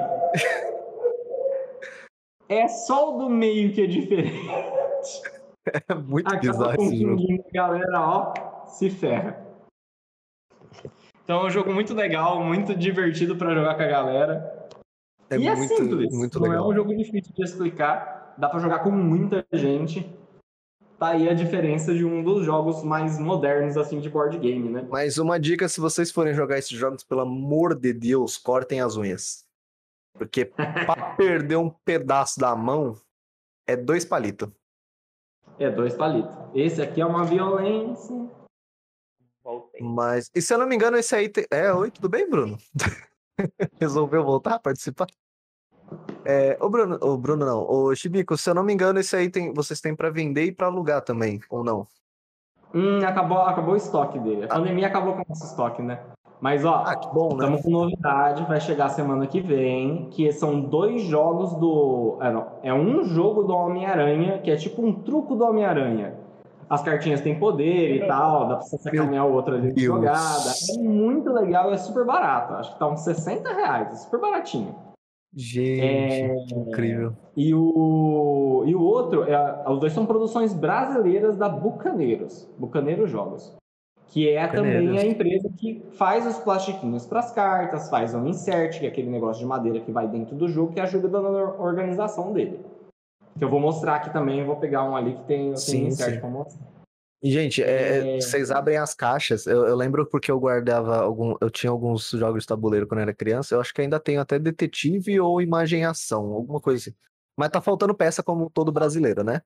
É só o do meio que é diferente. É muito Acaba bizarro esse jogo. confundindo a galera, ó, se ferra. Então é um jogo muito legal, muito divertido pra jogar com a galera. É e é muito, simples, muito não legal. é um jogo difícil de explicar. Dá pra jogar com muita gente. Tá aí a diferença de um dos jogos mais modernos, assim, de board game, né? Mas uma dica, se vocês forem jogar esses jogos, pelo amor de Deus, cortem as unhas. Porque pra perder um pedaço da mão, é dois palitos. É, dois palitos. Esse aqui é uma violência. Voltei. Mas, e se eu não me engano, esse aí... Tem... É, oi, tudo bem, Bruno? Resolveu voltar a participar? É, ô Bruno, ô Bruno não, ô Chibico, se eu não me engano, esse aí tem, vocês têm pra vender e pra alugar também, ou não? Hum, acabou, acabou o estoque dele. A pandemia acabou com o nosso estoque, né? Mas, ó, Ah, que bom, né? estamos com novidade, vai chegar semana que vem, que são dois jogos do... É, não, é um jogo do Homem-Aranha, que é tipo um truco do Homem-Aranha. As cartinhas têm poder e tal, dá pra você sacanear o outro ali de Deus. jogada. É muito legal e é super barato. Acho que tá uns sessenta reais, é super baratinho. Gente, É, que incrível. E o, e o outro, é, os dois são produções brasileiras da Bucaneiros, Bucaneiros Jogos, que é também Bucaneiros. a empresa que faz os plastiquinhos para as cartas, faz um insert, que é aquele negócio de madeira que vai dentro do jogo, que ajuda na organização dele. Que eu vou mostrar aqui também, vou pegar um ali que tem, tem Sim, um insert sim. para mostrar. E, gente, é, É. vocês abrem as caixas. Eu, eu lembro porque eu guardava algum. Eu tinha alguns jogos de tabuleiro quando eu era criança. Eu acho que ainda tenho até detetive ou imagem e ação, alguma coisa assim. Mas tá faltando peça como todo brasileiro, né?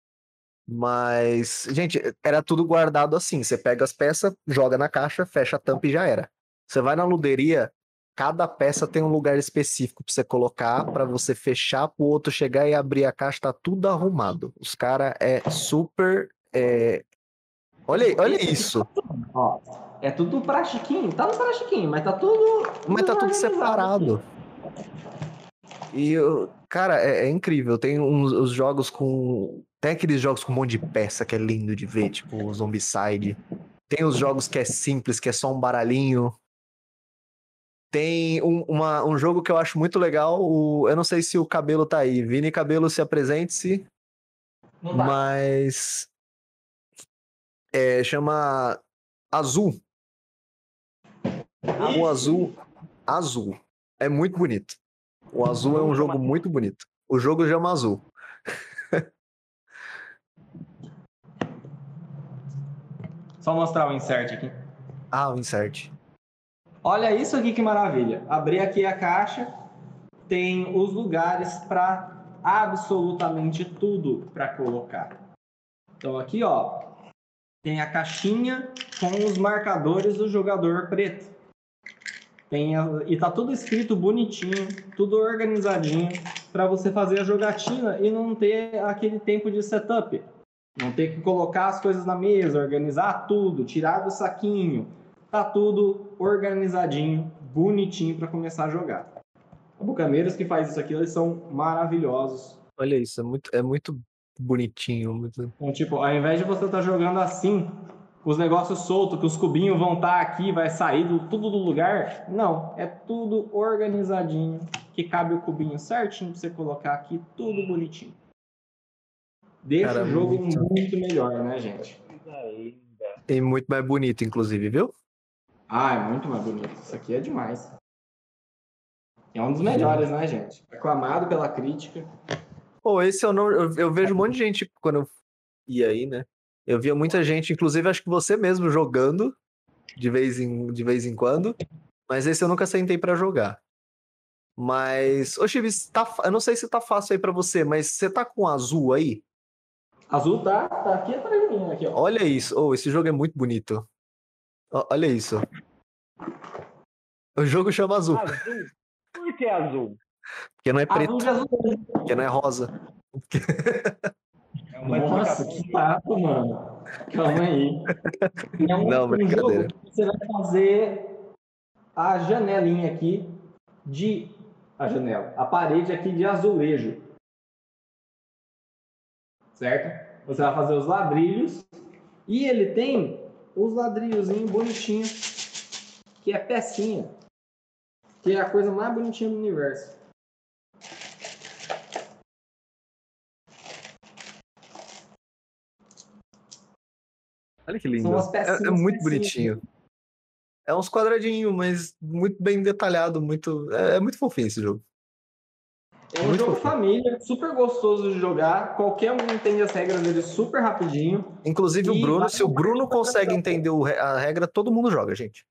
Mas, gente, era tudo guardado assim. Você pega as peças, joga na caixa, fecha a tampa e já era. Você vai na luderia, cada peça tem um lugar específico pra você colocar, pra você fechar, pro outro chegar e abrir a caixa, tá tudo arrumado. Os caras é super. é, Olha, aí, olha isso. Ó, é tudo plastiquinho, tá no plastiquinho, mas tá tudo. Mas tá tudo organizado separado. aqui. E, eu- cara, é, é incrível. Tem uns os jogos com. Tem aqueles jogos com um monte de peça que é lindo de ver, tipo o Zombicide. Tem os jogos que é simples, que é só um baralhinho. Tem um, uma- um jogo que eu acho muito legal. O, eu não sei se o Cabelo tá aí. Vini Cabelo, se apresente-se. Não tá. Mas. É, chama Azul. O azul. Azul. É muito bonito. O azul é um jogo muito bonito. O jogo chama Azul. Só mostrar o insert aqui. Ah, o insert. Olha isso aqui que maravilha. Abri aqui a caixa, tem os lugares para absolutamente tudo para colocar. Então aqui, ó, tem a caixinha com os marcadores do jogador preto. Tem a, e tá tudo escrito bonitinho, tudo organizadinho para você fazer a jogatina e não ter aquele tempo de setup. Não ter que colocar as coisas na mesa, organizar tudo, tirar do saquinho. Tá tudo organizadinho, bonitinho para começar a jogar. Os bucaneiros que faz isso aqui, eles são maravilhosos. Olha isso, é muito, é muito bonitinho. Muito... Então, tipo, ao invés de você estar jogando assim, os negócios soltos, que os cubinhos vão estar aqui, vai sair do, tudo do lugar. Não, é tudo organizadinho, que cabe o cubinho certinho pra você colocar aqui, tudo bonitinho. Deixa Cara, o jogo muito. muito melhor, né, gente? Coisa ainda. E muito mais bonito, inclusive, viu? Ah, é muito mais bonito. Isso aqui é demais. É um dos melhores, né, gente? Aclamado pela crítica. Pô, esse eu não. Eu, eu vejo um monte de gente quando eu ia aí, né? Eu via muita gente, inclusive acho que você mesmo jogando de vez em, de vez em quando. Mas esse eu nunca sentei pra jogar. Mas, ô Chibis, tá, fa- eu não sei se tá fácil aí pra você, mas você tá com azul aí? Azul tá, tá aqui atrás de mim, aqui, ó. Olha isso. Oh, esse jogo é muito bonito. Ó, olha isso. O jogo chama azul, Azul? Por que azul? porque não é Azul preto, de azul. porque não é rosa. É uma Nossa, explicação que papo, mano. Calma aí. É um, Não, um brincadeira. jogo que você vai fazer a janelinha aqui de... A janela. A parede aqui de azulejo. Certo? Você vai fazer os ladrilhos. E ele tem os ladrilhozinhos bonitinhos. Que é pecinha. Que é a coisa mais bonitinha do universo. Olha que São lindo. as É, pecinhas. é muito pecinhas. bonitinho. É uns quadradinhos, mas muito bem detalhado, muito. É, é muito fofinho esse jogo. É um Muito jogo fofinho. família, super gostoso de jogar. Qualquer um entende as regras dele super rapidinho. Inclusive o E Bruno, vai- se o Bruno consegue entender o re- a regra, todo mundo joga, gente.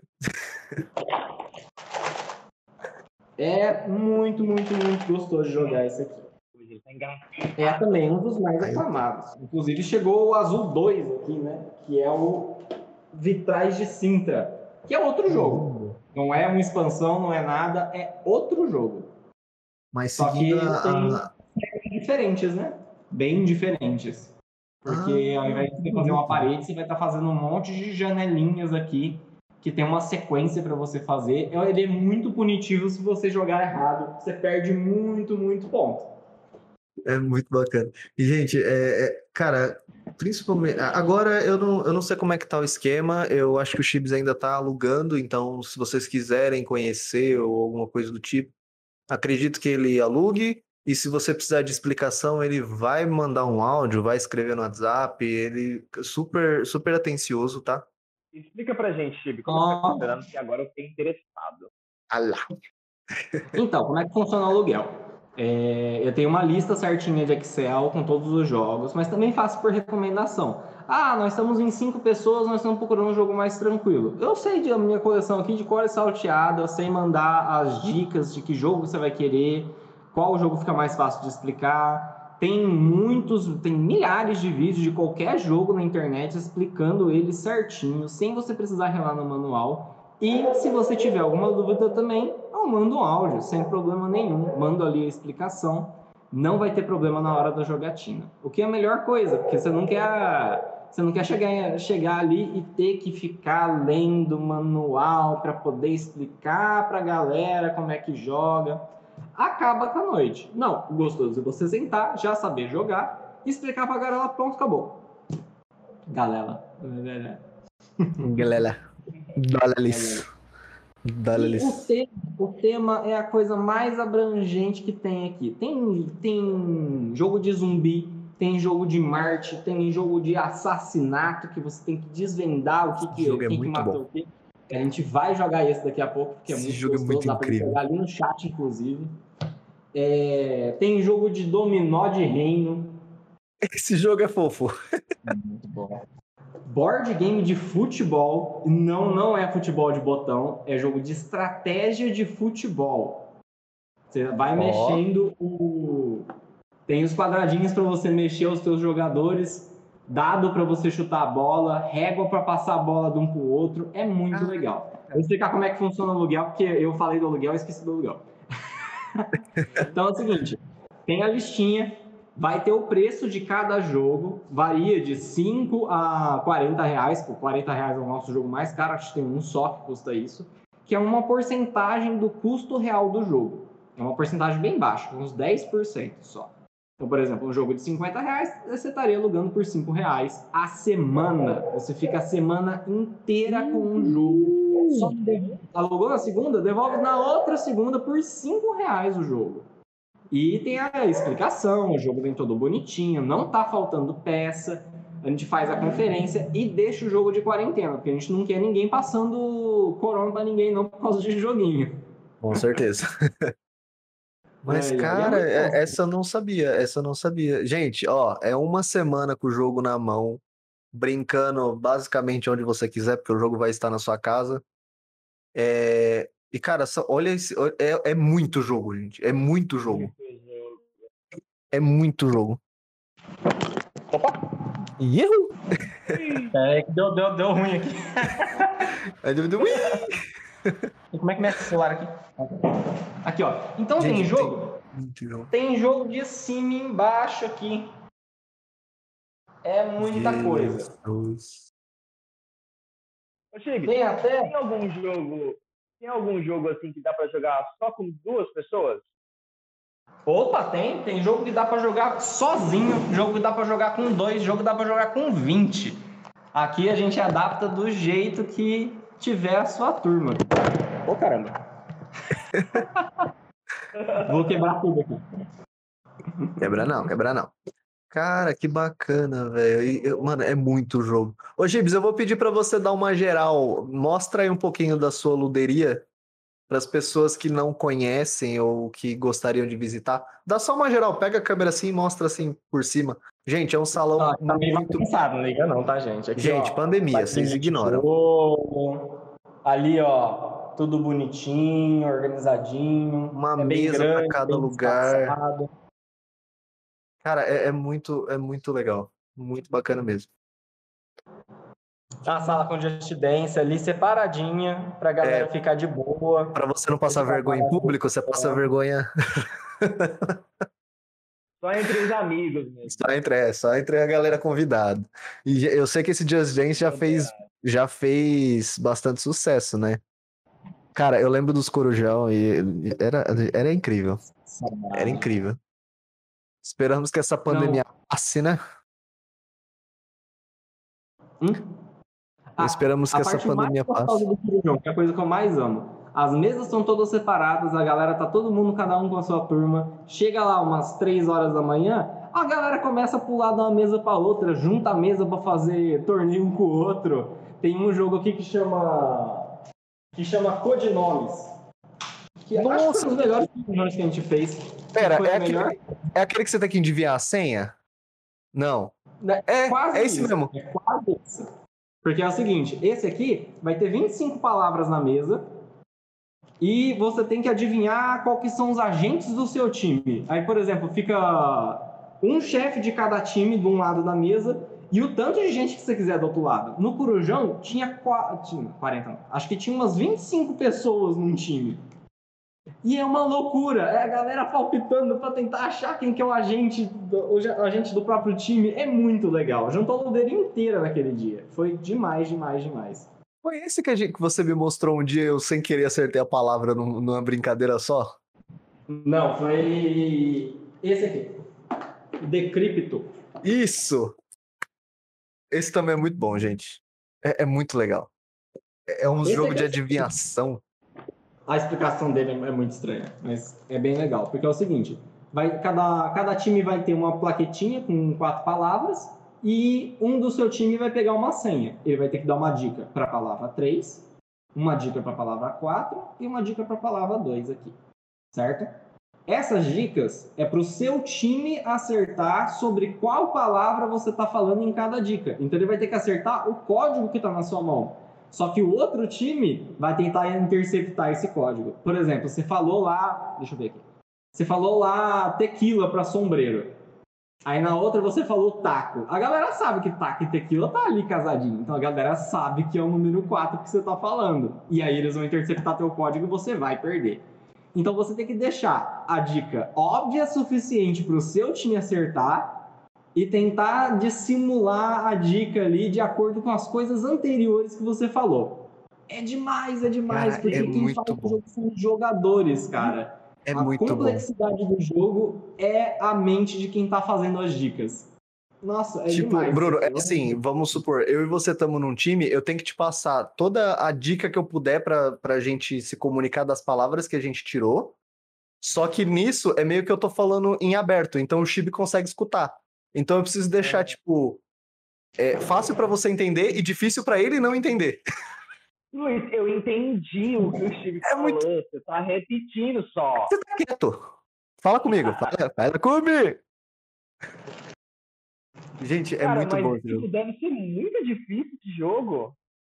É muito, muito, muito gostoso de jogar esse aqui. Hoje ele tá engraçado. É também um dos mais Aí eu tô. aclamados. Inclusive chegou o Azul dois aqui, né? Que é o Vitrais de Sintra. Que é outro jogo. Não é uma expansão, não é nada. É outro jogo. Mas Só que seguindo ele a. tem a- diferentes, né? Bem diferentes. Porque Ah, ao invés de você que fazer uma bonito. parede, você vai estar fazendo um monte de janelinhas aqui, que tem uma sequência para você fazer. Ele é muito punitivo se você jogar errado. Você perde muito, muito ponto. É muito bacana. E, gente, é, é- cara, principalmente. a- Agora eu não, eu não sei como é que tá o esquema. Eu acho que o Chibs ainda tá alugando, então, se vocês quiserem conhecer ou alguma coisa do tipo, acredito que ele alugue. E se você precisar de explicação, ele vai mandar um áudio, vai escrever no WhatsApp. Ele é super, super atencioso, tá? Explica pra gente, Chibi, como que tá Ah, funcionando, que agora eu fiquei interessado. Ah lá. então, como é que funciona o aluguel? É, eu tenho uma lista certinha de Excel com todos os jogos, mas também faço por recomendação. Ah, nós estamos em cinco pessoas, nós estamos procurando um jogo mais tranquilo. Eu sei da minha coleção aqui de cor e salteada, eu sei mandar as dicas de que jogo você vai querer, qual jogo fica mais fácil de explicar. Tem muitos, tem milhares de vídeos de qualquer jogo na internet explicando ele certinho, sem você precisar relar no manual. E se você tiver alguma dúvida também, eu mando um áudio, sem problema nenhum. Mando ali a explicação. Não vai ter problema na hora da jogatina. O que é a melhor coisa, porque você não quer, você não quer chegar, chegar ali e ter que ficar lendo manual para poder explicar para a galera como é que joga. Acaba com a noite. Não, o gostoso é você sentar, já saber jogar, explicar para a galera, pronto, acabou. Galera. Galera. Dólares. E o Dólares. tema, o tema é a coisa mais abrangente que tem aqui. Tem, tem jogo de zumbi, tem jogo de Marte, tem jogo de assassinato que você tem que desvendar o que, Esse que jogo é quem que muito matou bom. o quê. A gente vai jogar esse daqui a pouco, porque é Esse muito jogo é gostoso, muito dá pra incrível. jogar ali no chat, inclusive. É, tem jogo de dominó de reino. Esse jogo é fofo. Muito bom. Board game de futebol, não, não é futebol de botão, é jogo de estratégia de futebol. Você vai Ó. mexendo o... Tem os quadradinhos para você mexer os seus jogadores, dado para você chutar a bola, régua para passar a bola de um para o outro. É muito Ah, legal. Eu vou explicar como é que funciona o aluguel, porque eu falei do aluguel e esqueci do aluguel. Então é o seguinte, tem a listinha, vai ter o preço de cada jogo, varia de cinco a quarenta reais, por quarenta reais é o nosso jogo mais caro, acho que tem um só que custa isso, que é uma porcentagem do custo real do jogo. É uma porcentagem bem baixa, uns dez por cento só. Então, por exemplo, um jogo de cinquenta reais, você estaria alugando por cinco reais a semana. Você fica a semana inteira com um jogo. Só de- alugou na segunda, devolve na outra segunda por cinco reais o jogo. E tem a explicação, o jogo vem todo bonitinho, não tá faltando peça. A gente faz a conferência e deixa o jogo de quarentena, porque a gente não quer ninguém passando corona pra ninguém não por causa de joguinho. Com certeza. Mas, É, e aí é cara, muito é- bom. essa eu não sabia, essa eu não sabia. Gente, ó, é uma semana com o jogo na mão, brincando basicamente onde você quiser, porque o jogo vai estar na sua casa. É, E, cara, só- olha esse, é, é muito jogo, gente. É muito jogo. É muito jogo. Ihu! É que deu, deu, deu ruim aqui. Aí deu- deu- Ui! E como é que mexe o celular aqui? Aqui, ó. Então tem Gente, jogo. Muito jogo. Tem jogo de cima e embaixo aqui. É muita coisa. Jesus. Ô, Chig, Tem até. tem algum jogo, tem algum jogo assim que dá pra jogar só com duas pessoas? Opa, tem. Tem jogo que dá pra jogar sozinho, jogo que dá pra jogar com dois, jogo que dá pra jogar com vinte. Aqui a gente adapta do jeito que tiver a sua turma. Ô, caramba. Vou quebrar tudo aqui. Quebra não, quebra não. Cara, que bacana, velho. E, eu- Mano, é muito jogo. Ô, Gibs, eu vou pedir pra você dar uma geral. Mostra aí um pouquinho da sua luderia para as pessoas que não conhecem ou que gostariam de visitar. Dá só uma geral, pega a câmera assim e mostra assim por cima. Gente, é um salão Ah, tá meio muito. bagunçado, não liga não, tá, gente? Aqui, Gente, ó, pandemia, vocês saquinho de ignoram. jogo. Ali, ó, tudo bonitinho, organizadinho. Uma é bem mesa pra grande, cada bem lugar. espaçado. Cara, é, é muito, é muito legal. Muito bacana mesmo. A sala com Just Dance ali separadinha pra galera É. ficar de boa. Pra você não passar Ficar vergonha em parado. público, você passa vergonha Só entre os amigos mesmo. só entre, é, só entre a galera convidada. E eu sei que esse Just Dance já fez, já fez bastante sucesso, né? Cara, eu lembro dos Corujão e era, era incrível. Era incrível. Esperamos que essa pandemia passe, né? Hum? A- Esperamos a que essa parte mais pandemia gostosa passe. do Corujão, que é a coisa que eu mais amo. As mesas estão todas separadas, a galera tá todo mundo, cada um com a sua turma. Chega lá umas três horas da manhã, a galera começa a pular de uma mesa para outra, junta a mesa para fazer torneio um com o outro. Tem um jogo aqui que chama que chama Codinomes. Que acho que Nossa! foi um dos melhores Codinomes que a gente fez. Pera, Foi é o melhor. aquele, é aquele que você tem que adivinhar a senha? Não. Né? É, Quase é esse isso. mesmo. É quase isso. Porque é o seguinte, esse aqui vai ter vinte e cinco palavras na mesa e você tem que adivinhar qual que são os agentes do seu time. Aí, por exemplo, fica um chefe de cada time de um lado da mesa e o tanto de gente que você quiser do outro lado. No Corujão tinha, qua... tinha quarenta, não. Acho que tinha umas vinte e cinco pessoas num time. E é uma loucura, é a galera palpitando pra tentar achar quem que é o agente do, o agente do próprio time. É muito legal. Juntou a ludeira inteira naquele dia. Foi demais, demais, demais. Foi esse que, a gente, que você me mostrou um dia, eu sem querer acertei a palavra num- numa brincadeira só? Não, foi esse aqui. Decrypto. Isso! Esse também é muito bom, gente. É, é muito legal. É, é um Esse jogo aqui de é- adivinhação. A explicação dele é muito estranha, mas é bem legal. Porque é o seguinte, vai, cada, cada time vai ter uma plaquetinha com quatro palavras e um do seu time vai pegar uma senha. Ele vai ter que dar uma dica para a palavra três, uma dica para a palavra quatro e uma dica para a palavra dois aqui, certo? Essas dicas é para o seu time acertar sobre qual palavra você está falando em cada dica. Então ele vai ter que acertar o código que está na sua mão. Só que o outro time vai tentar interceptar esse código. Por exemplo, você falou lá... Deixa eu ver aqui. Você falou lá tequila para sombreiro. Aí na outra você falou taco. A galera sabe que taco e tequila tá ali casadinho. Então a galera sabe que é o número quatro que você tá falando. E aí eles vão interceptar teu código e você vai perder. Então você tem que deixar a dica óbvia o suficiente para o seu time acertar e tentar dissimular a dica ali de acordo com as coisas anteriores que você falou. É demais, é demais, Cara, porque é quem muito faz o bom. jogo são os jogadores, cara. É A muito bom. complexidade do jogo é a mente de quem tá fazendo as dicas. Nossa, é Tipo, demais. Bruno, é Eu- assim, vamos supor, eu e você estamos num time, eu tenho que te passar toda a dica que eu puder pra, pra gente se comunicar das palavras que a gente tirou. Só que nisso é meio que eu tô falando em aberto, então o Chibi consegue escutar. Então eu preciso deixar, tipo, é, fácil pra você entender e difícil pra ele não entender. Luiz, eu entendi o que o Steve É falou. muito. Você tá repetindo só. Você tá quieto. Fala comigo, fala, fala comigo. Gente, é Cara, muito bom mas esse isso jogo. deve ser muito difícil esse jogo.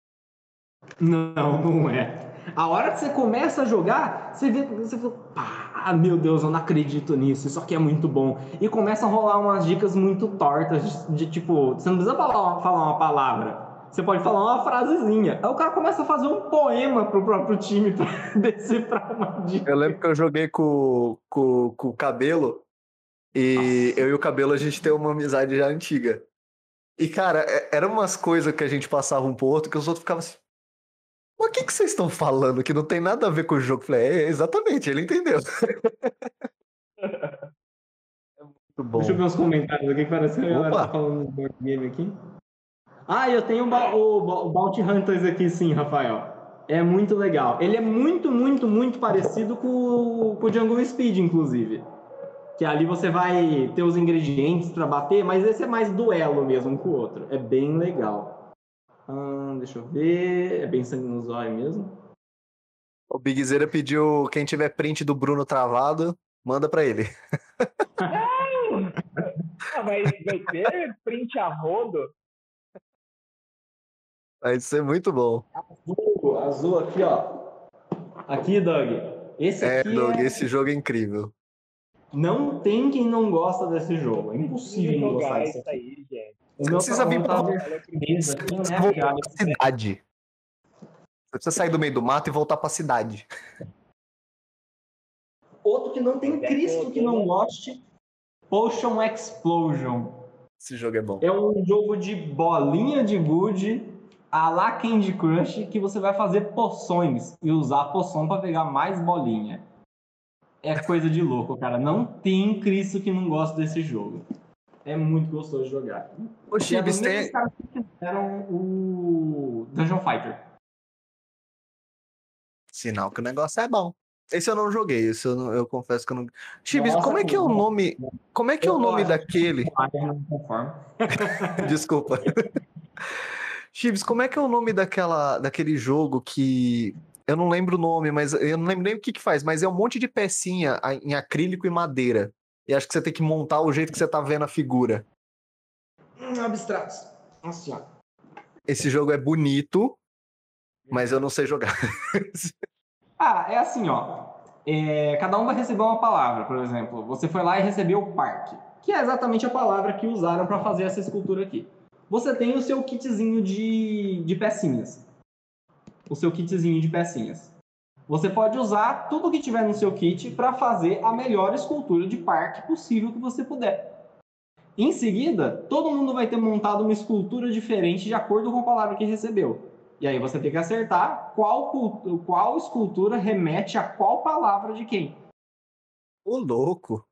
Não, não é. A hora que você começa a jogar, você vê, você fala, ah, meu Deus, eu não acredito nisso, isso aqui é muito bom. E começa a rolar umas dicas muito tortas, de, de, tipo, você não precisa falar, falar uma palavra, você pode falar uma frasezinha. Aí o cara começa a fazer um poema pro próprio time pra decifrar uma dica. Eu lembro que eu joguei com, com, com o Cabelo, e eu e o Cabelo a gente tem uma amizade já antiga. E, cara, é- eram umas coisas que a gente passava um pro outro que os outros ficavam assim. Mas o que, que vocês estão falando que não tem nada a ver com o jogo? Eu falei, é, exatamente, ele entendeu. Muito Deixa eu ver bom. os comentários aqui, que parece que a galera tá Opa! falando do board game aqui. Ah, eu tenho o, Ba- o, Ba- o Bounty Hunters aqui sim, Rafael. É muito legal. Ele é muito, muito, muito parecido com, o- com o Jungle Speed, inclusive. Que ali você vai ter os ingredientes para bater, mas esse é mais duelo mesmo um com o outro. É bem legal. Hum, deixa eu ver. É bem sangue no zóio mesmo. O Bigzeira pediu quem tiver print do Bruno travado, manda pra ele. Ah, vai, vai ter print a rodo? Vai ser muito bom. Azul, azul aqui, ó. Aqui, Doug. Esse É, aqui Doug, é. esse jogo é incrível. Não tem quem não gosta desse jogo. É impossível não gostar Jogar desse isso aqui. aí, gente. O Você meu precisa vir pra computador Falou que mesa Você aqui, precisa né? voltar Já pra cidade. Você precisa sair do meio do mato e voltar pra cidade. Outro que não tem Mas é Cristo todo- que não goste, Potion Explosion. Esse jogo é bom. É um jogo de bolinha de gude a la Candy Crush que você vai fazer poções e usar a poção para pegar mais bolinha. É coisa de louco, cara. Não tem Cristo que não gosta desse jogo. É muito gostoso de jogar. Ô, E é dos Chibis, mesmos tem... caras que fizeram o Dungeon Fighter. Sinal que o negócio é bom. Esse eu não joguei, esse eu, não- eu confesso que eu não... Chibis, Nossa, como é que é o não. nome... Como é que é Eu, o eu nome acho daquele... que não conforme. Desculpa. Chibis, como é que é o nome daquela, daquele jogo que... Eu não lembro o nome, mas eu não lembro nem o que que faz, mas é um monte de pecinha a- em acrílico e madeira. E acho que você tem que montar o jeito que você tá vendo a figura. Hum, abstratos. Nossa senhora. Esse jogo é bonito, mas eu não sei jogar. Ah, é assim, ó. É, cada um vai receber uma palavra, por exemplo. Você foi lá e recebeu o parque, que é exatamente a palavra que usaram para fazer essa escultura aqui. Você tem o seu kitzinho de, de pecinhas. O seu kitzinho de pecinhas. Você pode usar tudo que tiver no seu kit para fazer a melhor escultura de parque possível que você puder. Em seguida, todo mundo vai ter montado uma escultura diferente de acordo com a palavra que recebeu. E aí você tem que acertar qual, qual escultura remete a qual palavra de quem. Ô, louco.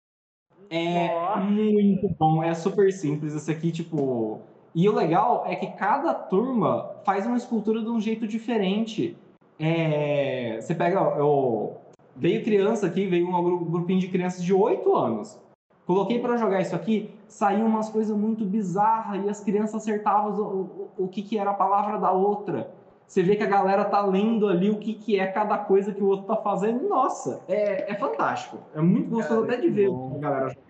É Nossa. muito bom, é super simples isso aqui, tipo... E o legal é que cada turma faz uma escultura de um jeito diferente. É... Você pega... Eu... Veio criança aqui, veio um grupinho de crianças de oito anos. Coloquei para jogar isso aqui, saiu umas coisas muito bizarras e as crianças acertavam o, o, o que, que era a palavra da outra. Você vê que a galera tá lendo ali o que, que é cada coisa que o outro tá fazendo. Nossa, é, é fantástico. É muito gostoso Cara, até de que ver bom. a galera jogando.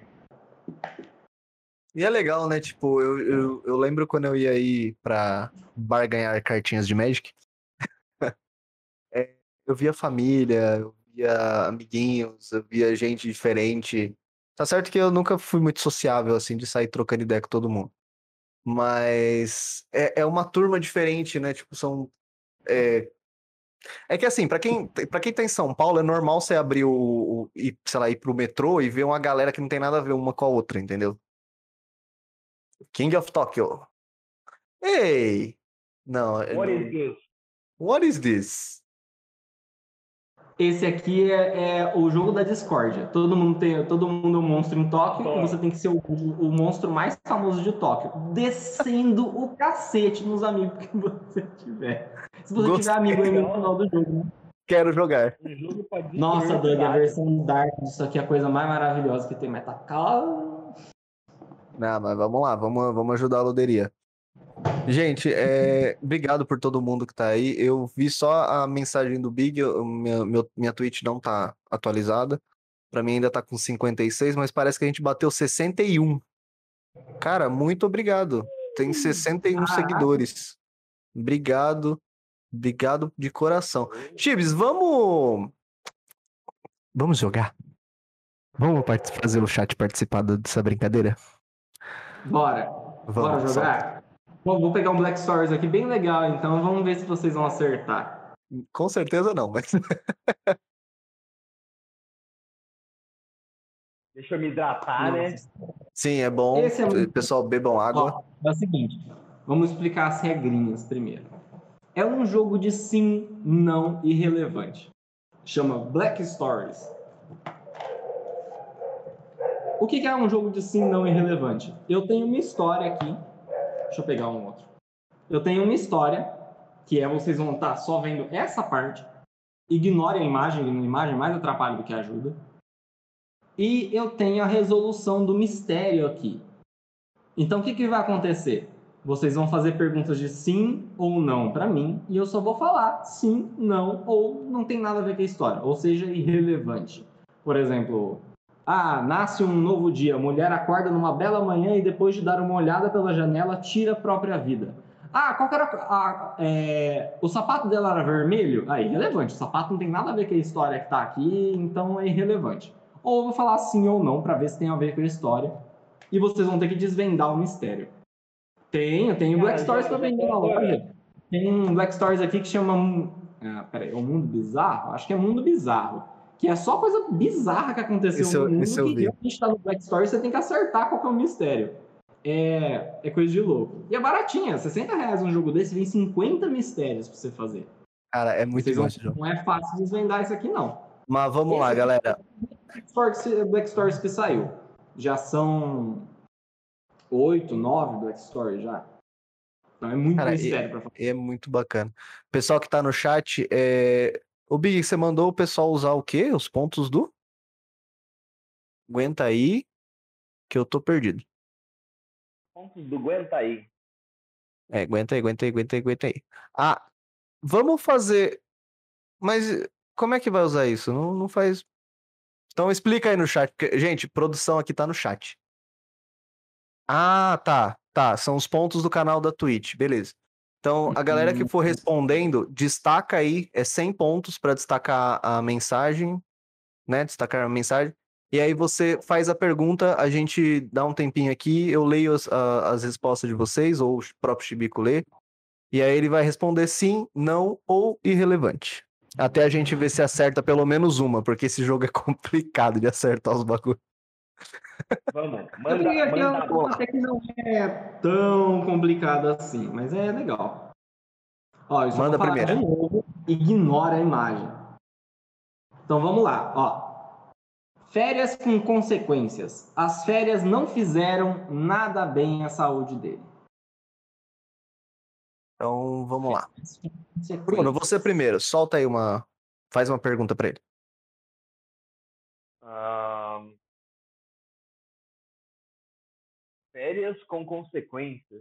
E é legal, né? Tipo, eu, eu, eu lembro quando eu ia ir pra barganhar cartinhas de Magic. É, eu via família, eu via amiguinhos, eu via gente diferente. Tá certo que eu nunca fui muito sociável, assim, de sair trocando ideia com todo mundo. Mas é, é uma turma diferente, né? Tipo, são. É, é que assim, pra quem, pra quem tá em São Paulo, é normal você abrir o, o. Ir, sei lá, ir pro metrô e ver uma galera que não tem nada a ver uma com a outra, entendeu? King of Tokyo. Ei! Não, What is não. this? What is this? Esse aqui é, é o jogo da discórdia. Todo mundo tem, todo mundo é um monstro em Tóquio e você tem que ser o, o, o monstro mais famoso de Tóquio, descendo o cacete nos amigos que você tiver. Se você Gostei. tiver amigo ainda no final do jogo, né? Quero jogar. Um jogo pra destruir Nossa, Doug, a cidade. versão Dark disso aqui é a coisa mais maravilhosa que tem, mas tá calmo. Não, mas vamos lá, vamos, vamos ajudar a loderia. Gente, é, obrigado por todo mundo que tá aí. Eu vi só a mensagem do Big, eu- minha, meu- minha Twitch não tá atualizada. Pra mim ainda tá com cinquenta e seis, mas parece que a gente bateu sessenta e um. Cara, muito obrigado. Tem sessenta e um Caraca. seguidores. Obrigado. Obrigado de coração. Chibs, vamos. Vamos jogar? Vamos part- fazer o chat participar dessa brincadeira? Bora. Bora Vamos, jogar? Bom, vou pegar um Black Stories aqui bem legal, então vamos ver se vocês vão acertar. com certeza não, mas. Deixa eu me hidratar, né? Nossa. Sim, é bom. Esse é muito- Pessoal, bebam água. Ó, é o seguinte, vamos explicar as regrinhas primeiro. É um jogo de sim, não irrelevante. Chama Black Stories. O que que é um jogo de sim, não irrelevante? Eu tenho uma história aqui. Deixa eu pegar um outro. Eu tenho uma história, que é vocês vão estar só vendo essa parte. Ignore a imagem, a imagem mais atrapalha do que ajuda. E eu tenho a resolução do mistério aqui. Então, o que, que vai acontecer? Vocês vão fazer perguntas de sim ou não para mim, e eu só vou falar sim, não, ou não tem nada a ver com a história, ou seja, irrelevante. Por exemplo, ah, nasce um novo dia, mulher acorda numa bela manhã e depois de dar uma olhada pela janela, tira a própria vida. Ah, qual que era a, é, o sapato dela era vermelho? Ah, irrelevante, o sapato não tem nada a ver com a história que está aqui, então é irrelevante. Ou eu vou falar sim ou não para ver se tem a ver com a história. E vocês vão ter que desvendar o mistério. Tenho, tenho Black Cara, Stories já- para já vender tô na adorando. loja. Tem um Black Stories aqui que chama. Ah, peraí, é o Mundo Bizarro? Acho que é Mundo Bizarro. Que é só coisa bizarra que aconteceu Isso eu- no mundo isso eu que vi. realmente tá no Black Stories, você tem que acertar qual que é o mistério. É, é coisa de louco. E é baratinha, sessenta reais um jogo desse, vem cinquenta mistérios pra você fazer. Cara, é muito Vocês bom vão, esse jogo. não é fácil desvendar isso aqui, não. Mas vamos lá, Esse galera. Black Stories, Black Stories que saiu. Já são oito, nove Black Stories já. Então é muito Cara, mistério pra fazer. É muito bacana. Pessoal que tá no chat, é... o Big, você mandou o pessoal usar o quê? Os pontos do? Aguenta aí, que eu tô perdido. Pontos do aguenta aí. É, aguenta aí, aguenta aí, aguenta aí, aguenta aí. Ah, vamos fazer... Mas como é que vai usar isso? Não, não faz... Então explica aí no chat. Porque, gente, produção aqui tá no chat. Ah, tá, tá. São os pontos do canal da Twitch, beleza. Então, a galera que for respondendo, destaca aí, é cem pontos para destacar a mensagem, né? Destacar a mensagem. E aí você faz a pergunta, a gente dá um tempinho aqui, eu leio as, a- as respostas de vocês, ou o próprio Chibico lê, e aí ele vai responder sim, não ou irrelevante. Até a gente ver se acerta pelo menos uma, porque esse jogo é complicado de acertar os bagulhos. Vamos, Eu manda, tenho aqui manda. uma até que não é tão complicado assim, mas é legal. Ó, eu só Manda vou falar primeiro. de novo, ignora a imagem. Então vamos lá, ó. Férias com consequências. As férias não fizeram nada bem à saúde dele. Então, vamos lá. Férias com consequências. Bruno, você primeiro, solta aí uma... Faz uma pergunta pra ele. Ahn, férias com consequências.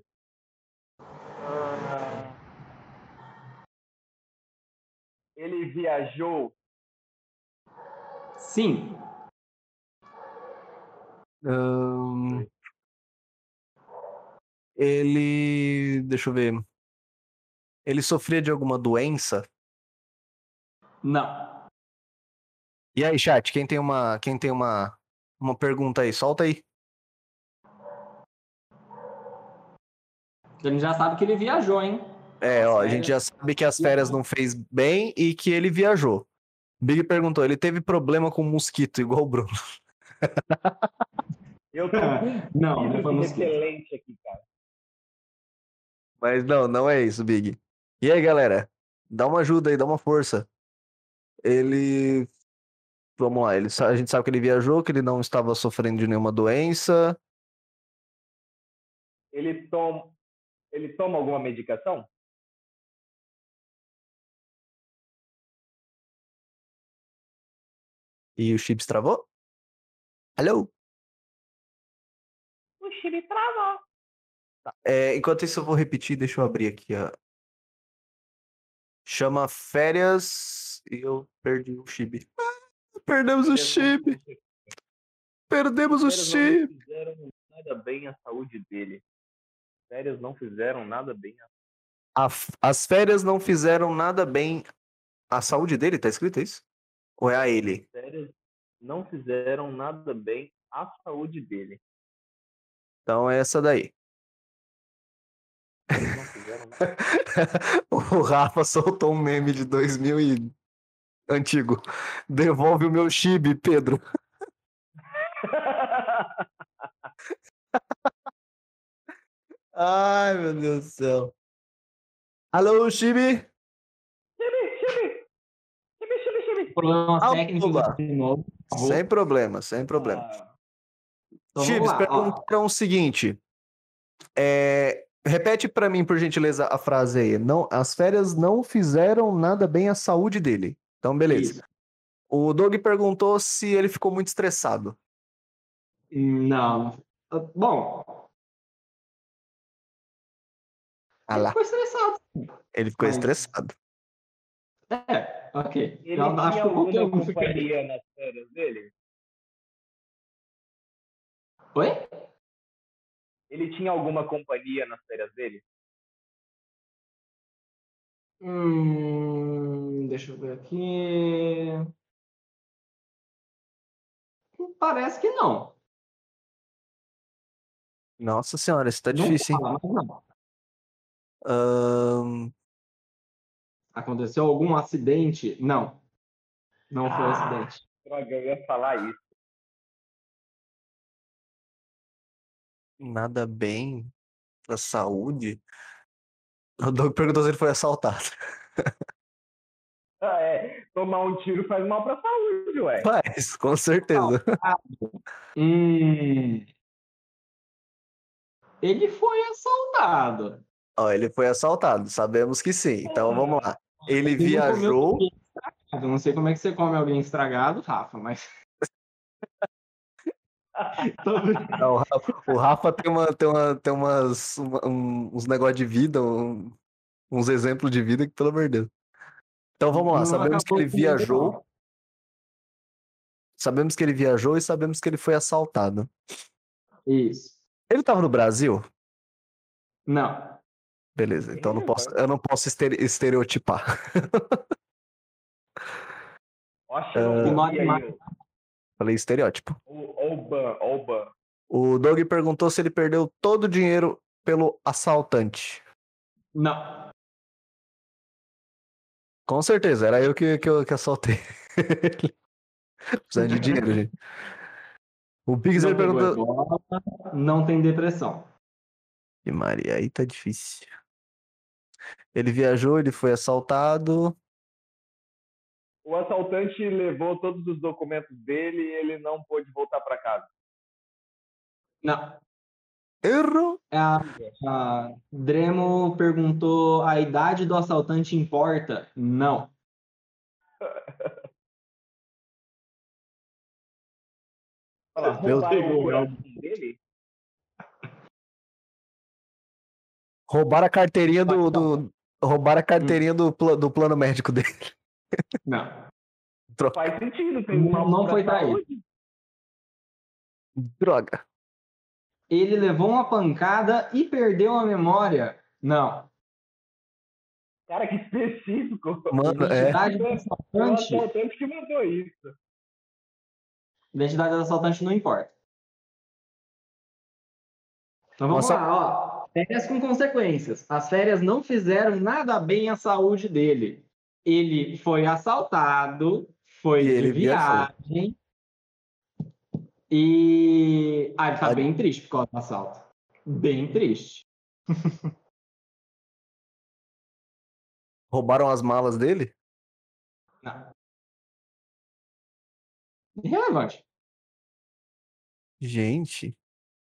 Ah, ele viajou. Sim. Ahn, Ele... Deixa eu ver. Ele sofria de alguma doença? Não. E aí, chat, quem tem uma, quem tem uma, uma pergunta aí? Solta aí. A gente já sabe que ele viajou, hein? É, ó, a Férias. gente já sabe que as férias não fez bem e que ele viajou. Big perguntou, ele teve problema com mosquito, igual o Bruno. Eu tô com Não, não foi um mosquito. repelente aqui, cara. Mas não, não é isso, Big. E aí, galera? Dá uma ajuda aí, dá uma força. ele. Vamos lá, ele, sa- a gente sabe que ele viajou, que ele não estava sofrendo de nenhuma doença. Ele toma, ele toma alguma medicação? E o Chips travou? Alô? O Chile travou. É, enquanto isso, eu vou repetir, deixa eu abrir aqui, ó. Chama férias e eu perdi o Chibi. Ah, perdemos o Chibi! Perdemos o Férias não Chibi! fizeram nada bem à saúde dele. Férias não fizeram nada bem à A- As férias não fizeram nada bem à saúde dele, tá escrito isso? Ou é a ele? férias não fizeram nada bem à saúde dele. Então é essa daí. Férias não fizeram nada. O Rafa soltou um meme de dois mil e antigo. Devolve o meu Chibi, Pedro. Ai, meu Deus do céu. Alô, Chibi? Chibi, Chibi! Chibi, Chibi, Chibi! Problemas Ah, técnicos oba. aqui de novo. por favor. Sem problema, sem problema. Ah, Então vamos Chibs, lá, ó. perguntaram o seguinte. é, repete pra mim, por gentileza, a frase aí. Não, as férias não fizeram nada bem à saúde dele. Então, beleza. Isso. O Doug perguntou se ele ficou muito estressado. Não. Bom, Ah ele lá, ficou estressado. ele ficou Mas- estressado. É, ok. ele Eu acho tinha que qualquer alguma um ficaria. companhia nas férias dele? Oi? Ele tinha alguma companhia nas férias dele? Hum, deixa eu ver aqui. Parece que não. Nossa senhora, isso tá Não difícil, hein? fala, mas não. Ahn, Aconteceu algum acidente? Não. Não foi Ah. acidente. Droga, eu ia falar isso. nada bem pra saúde? O Doug perguntou se ele foi assaltado. Ah, é. Tomar um tiro faz mal pra saúde, ué. Faz, com certeza. Hum. Ele foi assaltado. Ó, ele foi assaltado, sabemos que sim. Então vamos lá. Ele Ele não comeu viajou. alguém estragado. Eu não sei como é que você come alguém estragado, Rafa, mas. Tô brincando. Não, o Rafa, o Rafa tem, uma, tem, uma, tem umas, uma- um- uns negócios de vida, um- uns exemplos de vida que, pelo amor de Deus. Então vamos lá, Não sabemos que acabou ele com ele, viajou, não. sabemos que ele viajou e sabemos que ele foi assaltado. Isso. Ele estava no Brasil? Não. Beleza, então eu não Ih, posso, vai. eu não posso estere- estereotipar. Ó, a xenofobia Ah. aí, Falei estereótipo. o Oban, Oban. O Doug perguntou se ele perdeu todo o dinheiro pelo assaltante. Não. Com certeza, era eu que, que, eu, que assaltei. Precisando de dinheiro, gente. O Pix Não ele pegou perguntou. ebola, não tem depressão. E Maria, aí tá difícil. Ele viajou, ele foi assaltado. O assaltante levou todos os documentos dele e ele não pôde voltar para casa. Não. Errou. A, a Dremo perguntou: a idade do assaltante importa? Não. Fala, Meu roubaram Deus. o coração dele? Roubaram a carteirinha do. do roubaram a carteirinha do, pla- do plano médico dele. Não. Droga. Faz sentido, fez Não- mal não pra foi traído. saúde. Droga. Ele levou uma pancada e perdeu a memória? Não. Cara, que específico. Mano, é. Identidade do Foi o assaltante. assaltante que mandou isso. Identidade do assaltante não importa. Então vamos Nossa. lá, ó. Férias com consequências. As férias não fizeram nada bem à saúde dele. Ele foi assaltado, foi E de ele viajou. viagem. E. Ah, ele tá Pode- bem triste por causa do assalto. Bem triste. Roubaram as malas dele? Não. Irrelevante. Gente.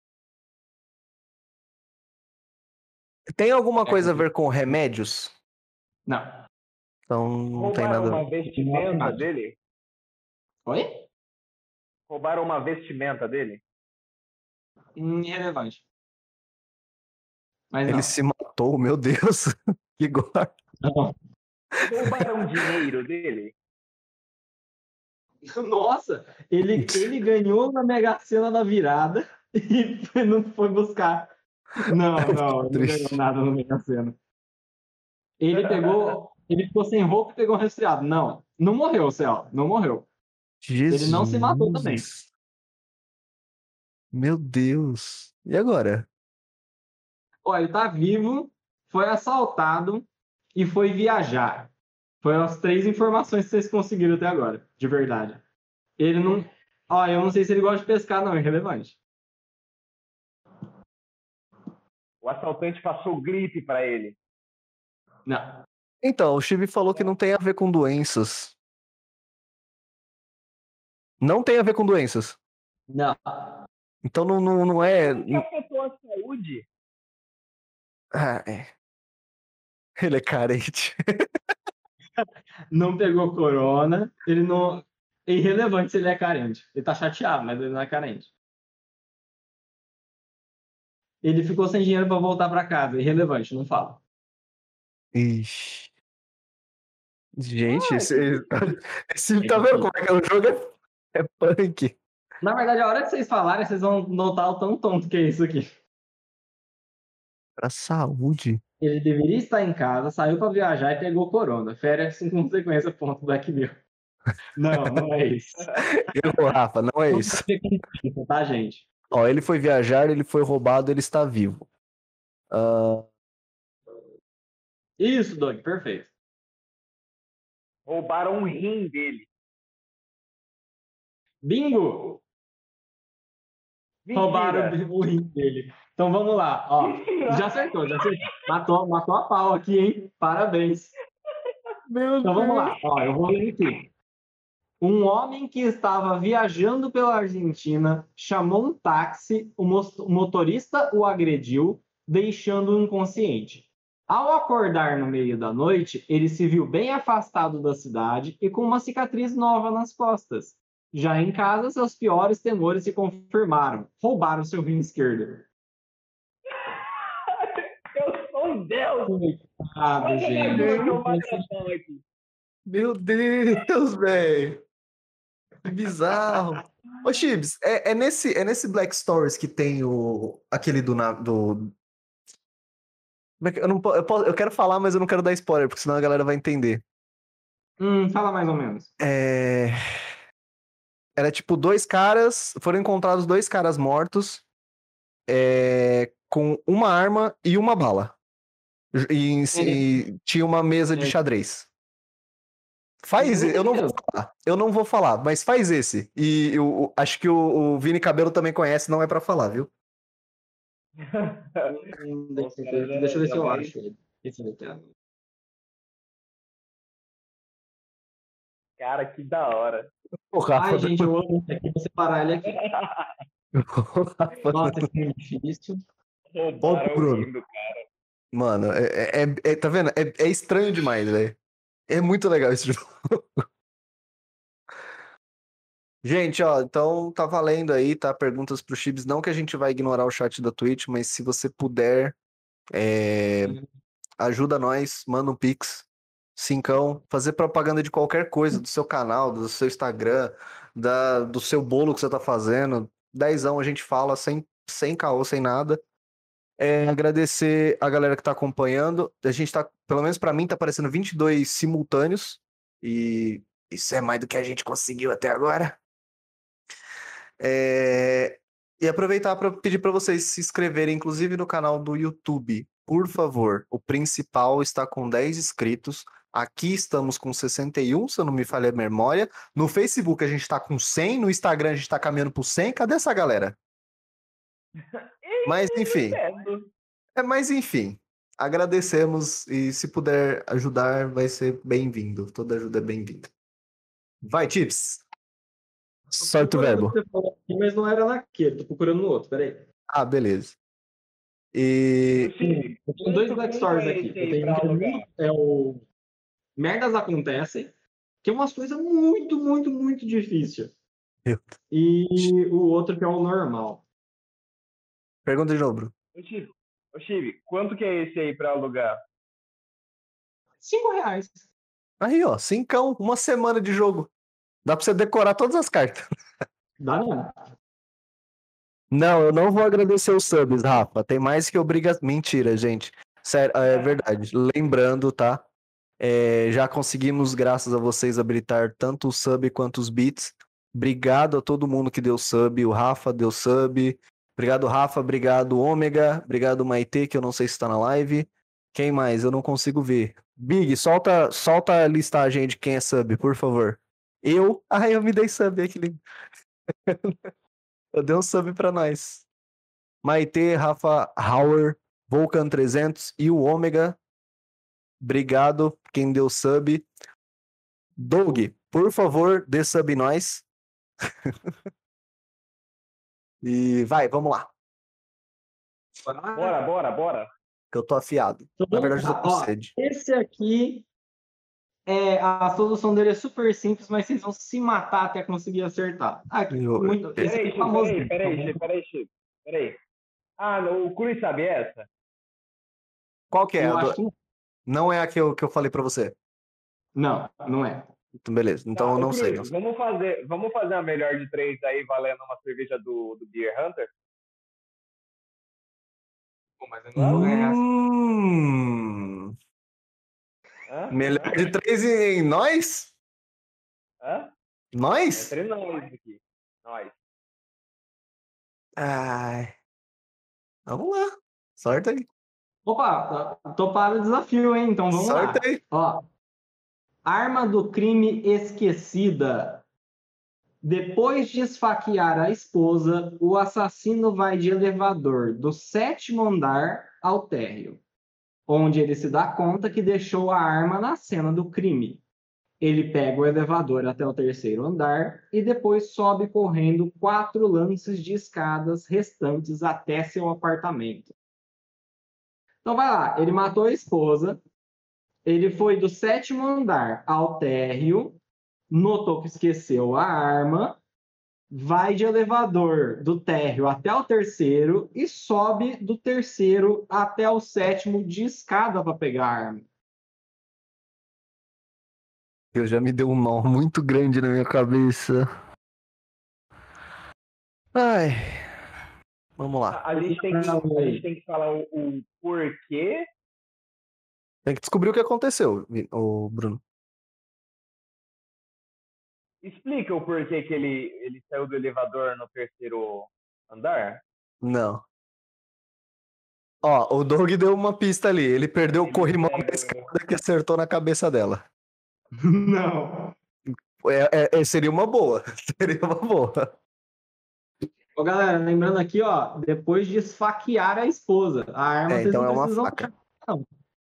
Tem alguma coisa a ver com remédios? Não. Então não tem Roubaram nada. uma vestimenta dele? Oi? Roubaram uma vestimenta dele? Irrelevante. Mas Ele não. se matou, meu Deus. Que gore. Não. Roubaram dinheiro dele? Nossa, ele, ele ganhou na Mega Sena na virada e foi- não foi buscar. Não, não, ele não Triste. ganhou nada no Mega Sena. Ele pegou, ele ficou sem roupa e pegou um resfriado. Não, não morreu, Céu, não morreu. Jesus. Ele não se matou também. Meu Deus. E agora? Ó, ele tá vivo, foi assaltado e foi viajar. Foram as três informações que vocês conseguiram até agora, de verdade. Ele não. Ó, eu não sei se ele gosta de pescar, não, é irrelevante. O assaltante passou gripe para ele. Não. Então, o Chibi falou que não tem a ver com doenças. Não tem a ver com doenças. Não. Então não, não, não é. Como que afetou a saúde? Ah, é. Ele é carente. Não pegou corona, ele não. É irrelevante se ele é carente. Ele tá chateado, mas ele não é carente. Ele ficou sem dinheiro para voltar para casa. Irrelevante, não fala. Ixi. Gente, Ah, esse, esse é tá vendo difícil. como é que é o jogo? É, é punk. Na verdade, a hora que vocês falarem, vocês vão notar o tão tonto que é isso aqui. Pra saúde. Ele deveria estar em casa, saiu para viajar e pegou corona. Férias sem consequência, ponto Black Mirror. Não, não é isso. Errou, Rafa, não é Não isso. tem a ver com isso, tá, gente? Ó, ele foi viajar, ele foi roubado, ele está vivo. Ah, Isso, Doug, perfeito. Roubaram um rim dele. Bingo! Mentira. Roubaram o rim dele. Então vamos lá, ó. Já acertou, já acertou. Matou, matou a pau aqui, hein? Parabéns. Meu Então vamos lá, ó, eu vou ler aqui. Um homem que estava viajando pela Argentina chamou um táxi, o mo- o motorista o agrediu, deixando-o inconsciente. Ao acordar no meio da noite, ele se viu bem afastado da cidade e com uma cicatriz nova nas costas. Já em casa, seus piores temores se confirmaram. Roubaram seu rim esquerdo. Eu sou um deus. Coitado, Olha a gente. minha maldição aqui. Meu Deus, velho. Que bizarro. Ô, Chibs, é, é, nesse, é nesse Black Stories que tem o aquele do, na- do... Como é que- Eu, não, po- eu, posso- eu quero falar, mas eu não quero dar spoiler, porque senão a galera vai entender. Hum, fala mais ou menos. É... Era tipo dois caras, foram encontrados dois caras mortos é, com uma arma e uma bala. E, e tinha uma mesa de xadrez. Faz, eu não vou falar, eu não vou falar, mas faz esse. E eu, acho que o, o Vini Cabelo também conhece, não é pra falar, viu? Hum, deixa, eu ver- deixa eu ver se eu acho ele. Esse daqui, ó. Cara, que da hora. O Rafa, Ai, gente, eu amo isso aqui. Vou separar ele aqui. o Rafa- Nossa, esse é difícil. Roubaram o Bruno. rim do cara. Mano, é, é- é- tá vendo? É, é estranho demais, velho. É muito legal esse jogo. Gente, ó, então tá valendo aí, tá? Perguntas pro Chibs. Não que a gente vai ignorar o chat da Twitch, mas se você puder, é, ajuda nós, manda um pix, cincão, fazer propaganda de qualquer coisa, do seu canal, do seu Instagram, da, do seu bolo que você tá fazendo. Dezão a gente fala sem, sem caô, sem nada. É, agradecer a galera que tá acompanhando. A gente tá, pelo menos pra mim, tá aparecendo vinte e dois simultâneos. E isso é mais do que a gente conseguiu até agora. É, E aproveitar para pedir para vocês se inscreverem, inclusive no canal do YouTube. Por favor, o principal está com dez inscritos. Aqui estamos com sessenta e um, se eu não me falha a memória. No Facebook a gente está com cem, no Instagram a gente está caminhando por cem. Cadê essa galera? Mas enfim, é, mas enfim, agradecemos e se puder ajudar vai ser bem-vindo. Toda ajuda é bem-vinda. Vai, Tips! Sorte o procurando o verbo. que você falou aqui, mas não era naquele. Tô procurando no outro, peraí. Ah, beleza. Ô, E. Chibi, Eu tenho dois quanto, Black quanto Stories é aqui. esse Eu aí tenho um pra que é alugar? muito. É o Merdas Acontecem, que é umas coisas muito, muito, muito difíceis. Meu. E o outro que é o normal. Pergunta de novo, Bruno. Ô, Chibi, ô, Chibi, quanto que é esse aí pra alugar? Cinco reais. Aí, ó, cincão, uma semana de jogo. Dá pra você decorar todas as cartas. Dá não. Não, eu não vou agradecer os subs, Rafa. Tem mais que obriga. Mentira, gente. Sério, é verdade. Lembrando, tá? É, já conseguimos, graças a vocês, habilitar tanto o sub quanto os bits. Obrigado a todo mundo que deu sub. O Rafa deu sub. Obrigado, Rafa. Obrigado, Ômega. Obrigado, Maitê, que eu não sei se está na live. Quem mais? Eu não consigo ver. Big, solta, solta a listagem aí de quem é sub, por favor. Eu? Ah, eu me dei sub aqui. Eu dei um sub pra nós. Maitê, Rafa Hauer, Vulcan trezentos e o Ômega. Obrigado quem deu sub. Doug, por favor, dê sub em nós. E vai, vamos lá. Bora, bora, bora. Que eu tô afiado. Então, Na vamos verdade, eu tô lá. com Ó, sede. esse aqui, é, a solução dele é super simples, mas vocês vão se matar até conseguir acertar. Aqui, Eu- muito, esse aqui Peraí, é Chico, famoso. peraí, peraí, Então, Chico, peraí, Chico. Peraí. Ah, não, o Cruz sabe essa? Qual que é? eu A acho do- que Não é a que eu, que eu falei pra você. não, não é. Então, beleza. Então Tá, eu ô não sei. Não Cruz, sei. vamos fazer, vamos fazer a melhor de três aí, valendo uma cerveja do, do Beer Hunter? Pô, mas eu não vou ganhar. Hum... Hã? Melhor Hã? de três em nós? Hã? Nós? Entre nós aqui. Nós. Ai. Vamos lá. Sorte aí. Opa, toparam o desafio, hein? Então vamos lá. Sorte aí. Ó, arma do crime esquecida. Depois de esfaquear a esposa, o assassino vai de elevador do sétimo andar ao térreo, onde ele se dá conta que deixou a arma na cena do crime. Ele pega o elevador até o terceiro andar e depois sobe correndo quatro lances de escadas restantes até seu apartamento. Então vai lá, ele matou a esposa, ele foi do sétimo andar ao térreo, notou que esqueceu a arma, vai de elevador do térreo até o terceiro e sobe do terceiro até o sétimo de escada para pegar a arma. Eu já me deu um nó muito grande na minha cabeça. Ai. Vamos lá. A, a gente tem que, a gente tem que falar o, o porquê. Tem que descobrir o que aconteceu, o Bruno. Explica o porquê que ele, ele saiu do elevador no terceiro andar. Não. Ó, o Doug deu uma pista ali. Ele perdeu o Ele corrimão pega- da escada que acertou na cabeça dela. Não. É, é- seria uma boa. Seria uma boa. Ô, galera, lembrando aqui, ó, depois de esfaquear a esposa, a arma É, vocês então não é uma precisam faca. não.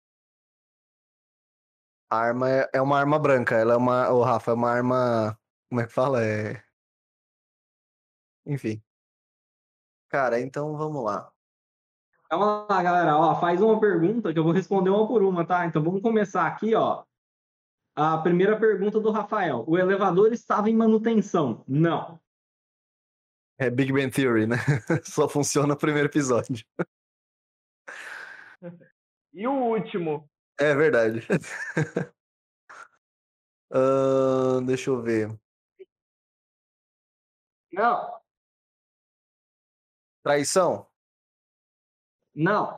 A arma é, é uma arma branca. Ela é uma. Ô, Rafa, é uma arma. Como é que fala? É. Enfim. Cara, então vamos lá. Vamos lá, galera, ó, faz uma pergunta que eu vou responder uma por uma, tá? Então vamos começar aqui, ó. A primeira pergunta do Rafael. O elevador estava em manutenção? Não. É Big Bang Theory, né? Só funciona o primeiro episódio. E o último? É verdade. Ahn, deixa eu ver. Não. Traição? Não.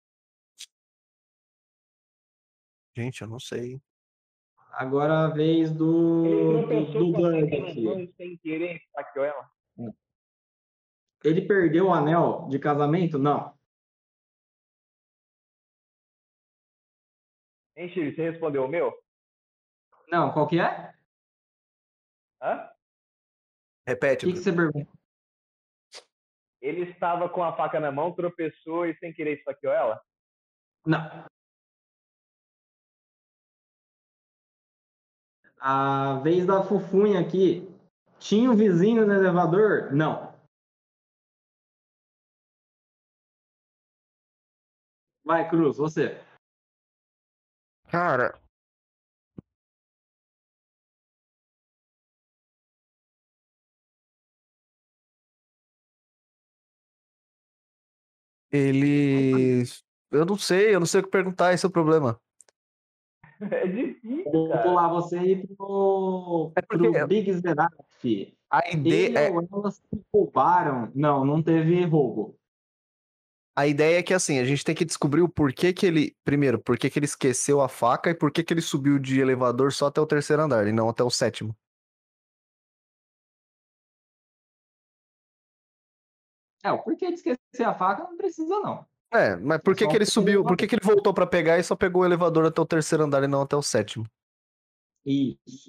Gente, eu não sei. Agora a vez do, Ele do, tropeçou do com a Doug faca na aqui. mão sem querer, esfaqueou ela. Ele perdeu o anel de casamento? Não. Hein, Chile, você respondeu o meu? Não, qual que é? Hã? O Repete, que, que Bruno. você pergunta? Ele estava com a faca na mão, tropeçou e sem querer esfaqueou ela? Não. A vez da Fufunha aqui. Tinha um vizinho no elevador? Não. Vai, Cruz, você. Cara, ele. Eu não sei, eu não sei o que perguntar, esse é o problema. É difícil, Vou cara. pular você aí pro, É porque pro Big Zeraf. a ideia Ele é, ou ela se roubaram. Não, não teve roubo. a ideia é que assim, a gente tem que descobrir o porquê que ele. Primeiro, por que que ele esqueceu a faca e por que que ele subiu de elevador só até o terceiro andar e não até o sétimo. É, o porquê de esquecer a faca não precisa, não. É, mas por É que só que ele o subiu? Por que elevador. que ele voltou pra pegar e só pegou o elevador até o terceiro andar e não até o sétimo? Isso.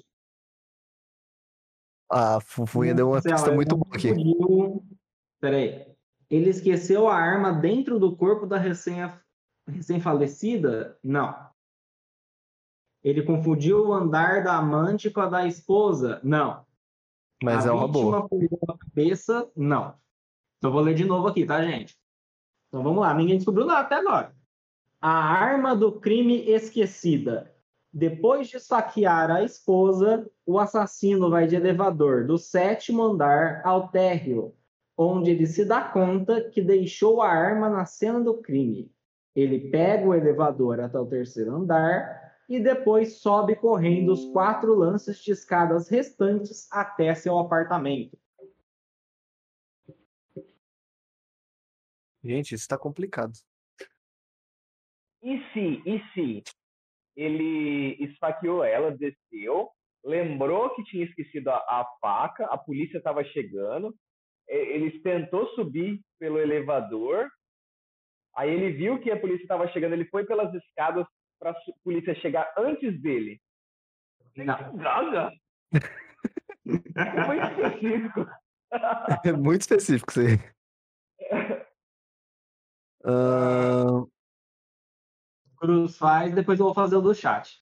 A Fufunha deu uma Marcelo, pista ele muito não boa aqui. confundiu. Peraí. Ele esqueceu a arma dentro do corpo da recém- recém-falecida? Não. Ele confundiu o andar da amante com a da esposa? Não. Mas A é uma boa. vítima perdeu a cabeça? Não. Então vou ler de novo aqui, tá, gente? Então vamos lá, ninguém descobriu nada até agora. A arma do crime esquecida. Depois de esfaquear a esposa, o assassino vai de elevador do sétimo andar ao térreo, onde ele se dá conta que deixou a arma na cena do crime. Ele pega o elevador até o terceiro andar e depois sobe correndo os quatro lances de escadas restantes até seu apartamento. Gente, isso tá complicado. E se, e se ele esfaqueou ela, desceu, lembrou que tinha esquecido a, a faca, a polícia estava chegando, ele tentou subir pelo elevador, aí ele viu que a polícia estava chegando, ele foi pelas escadas para a polícia chegar antes dele. Não. Droga! É muito específico. É muito específico isso aí. Ahn, Cruz faz, depois eu vou fazer o do chat.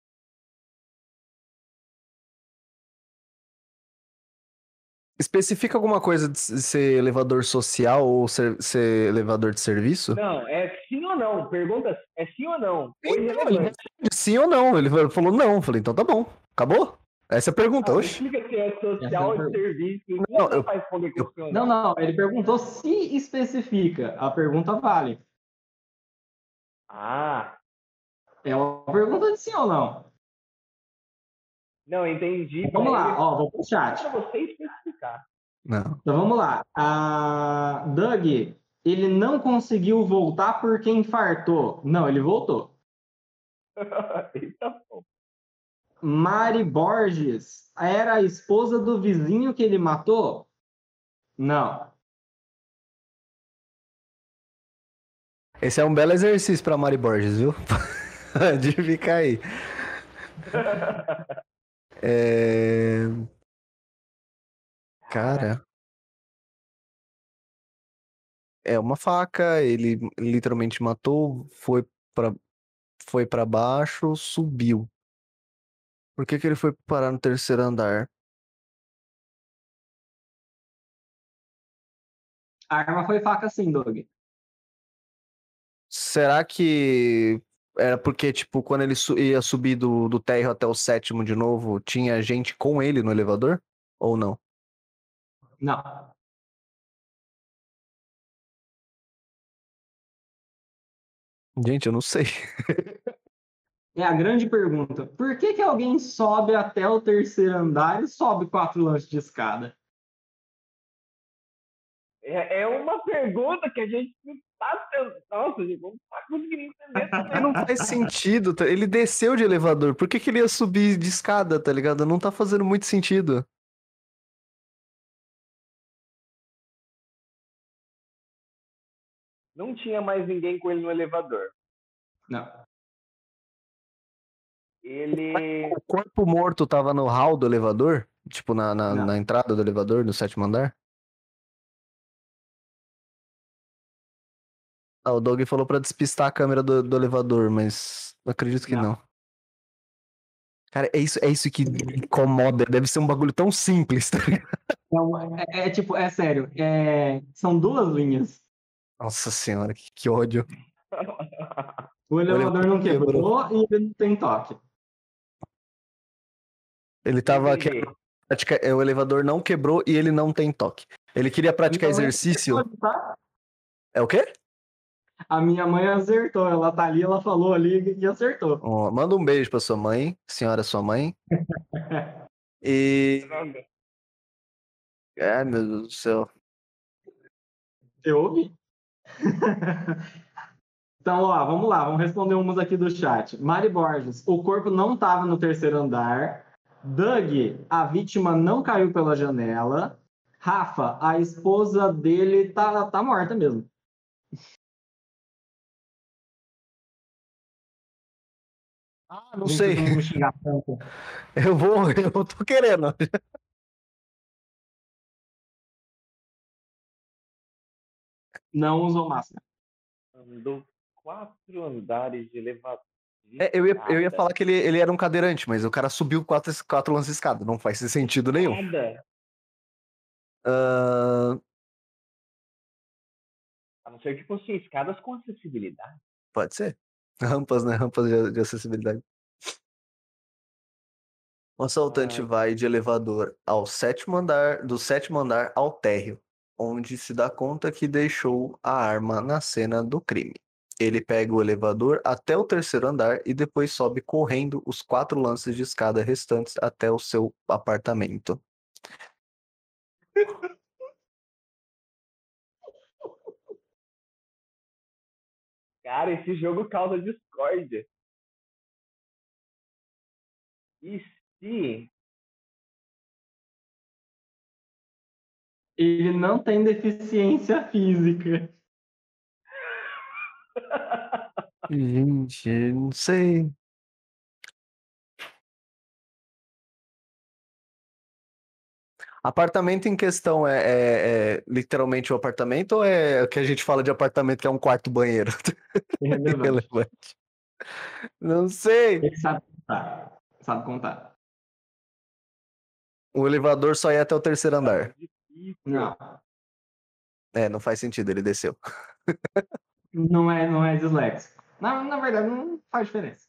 especifica alguma coisa de ser elevador social ou ser, ser elevador de serviço? Não, é sim ou não. Pergunta é sim ou não. Ou Então, ele irrelevante. responde sim ou não. Ele falou não. Eu falei, então tá bom. Acabou? Essa é a pergunta, Ah, não oxe. explica se é Essa é social a ou de pergunta. serviço. Isso Não, não dá eu, pra responder com eu, sim ou Não, não. não, ele perguntou se especifica. A pergunta vale. Ah, É uma pergunta de sim ou não. não, entendi. Então, Pra vamos ele, lá, ó, vou pro chat. pra você especificar. não. Então vamos lá. A Doug, ele não conseguiu voltar porque infartou. Não, ele voltou. Eita, pô. Mari Borges era a esposa do vizinho que ele matou? Não. Esse é um belo exercício pra Mari Borges, viu? De ficar aí. É... Cara, é uma faca. Ele literalmente matou, foi pra, foi pra baixo, subiu. Por que que ele foi parar no terceiro andar? A arma foi faca sim, Doug. Será que era porque, tipo, quando ele su- ia subir do, do térreo até o sétimo de novo, tinha gente com ele no elevador? Ou não? Não. Gente, eu não sei. É a grande pergunta. Por que que alguém sobe até o terceiro andar e sobe quatro lances de escada? É, é uma pergunta que a gente não tá tendo. Nossa, gente, não tá conseguindo entender E também. não faz sentido. tá? Ele desceu de elevador. Por que que ele ia subir de escada, tá ligado? Não tá fazendo muito sentido. Não tinha mais ninguém com ele no elevador. Não. Ele. O corpo morto tava no hall do elevador? Tipo, na, na, Não. na entrada do elevador, no sétimo andar? Ah, o Doug falou pra despistar a câmera do, do elevador, mas acredito que Não. não. Cara, é isso, é isso que me incomoda. Deve ser um bagulho tão simples, tá ligado? Então, é, é tipo, é sério, é, são duas linhas. Nossa senhora, que, que ódio. O elevador não quebrou e ele não tem toque. Ele tava. Entendi. pratica- é, O elevador não quebrou e ele não tem toque. Ele queria praticar Minha mãe exercício. acertou, tá? É o quê? A minha mãe acertou, ela tá ali, ela falou ali e acertou. Ó, manda um beijo pra sua mãe, senhora sua mãe. E. Droga. Ai, meu Deus do céu. Eu ouvi. Então, ó, vamos lá, vamos responder umas aqui do chat. Mari Borges, o corpo não estava no terceiro andar. Doug, a vítima não caiu pela janela. Rafa, a esposa dele tá, tá morta mesmo. Ah, não Gente, sei. vocês não vão me xingar tanto. Eu vou, eu tô querendo. Não usou máscara. Andou quatro andares de elevador. É, eu, ia, eu ia falar que ele, ele era um cadeirante, mas o cara subiu quatro, quatro lances de escada. Não faz sentido nenhum. Nada. Ah, A não ser que fossem escadas com acessibilidade. pode ser. Rampas, né? Rampas de, de acessibilidade. O assaltante Ai. vai de elevador ao sétimo andar, do sétimo andar ao térreo, onde se dá conta que deixou a arma na cena do crime. Ele pega o elevador até o terceiro andar e depois sobe correndo os quatro lances de escada restantes até o seu apartamento. Cara, esse jogo causa discórdia. E se Ele não tem deficiência física. Gente, não sei. Apartamento em questão é, é- é literalmente o apartamento ou é o que a gente fala de apartamento que é um quarto banheiro? Irrelevante. Irrelevante. Não sei. Ele sabe contar. Sabe contar. O elevador só ia até o terceiro tá andar. difícil. Não. É, não faz sentido, ele desceu. Não é, não é disléxico. Na, na verdade, não faz diferença.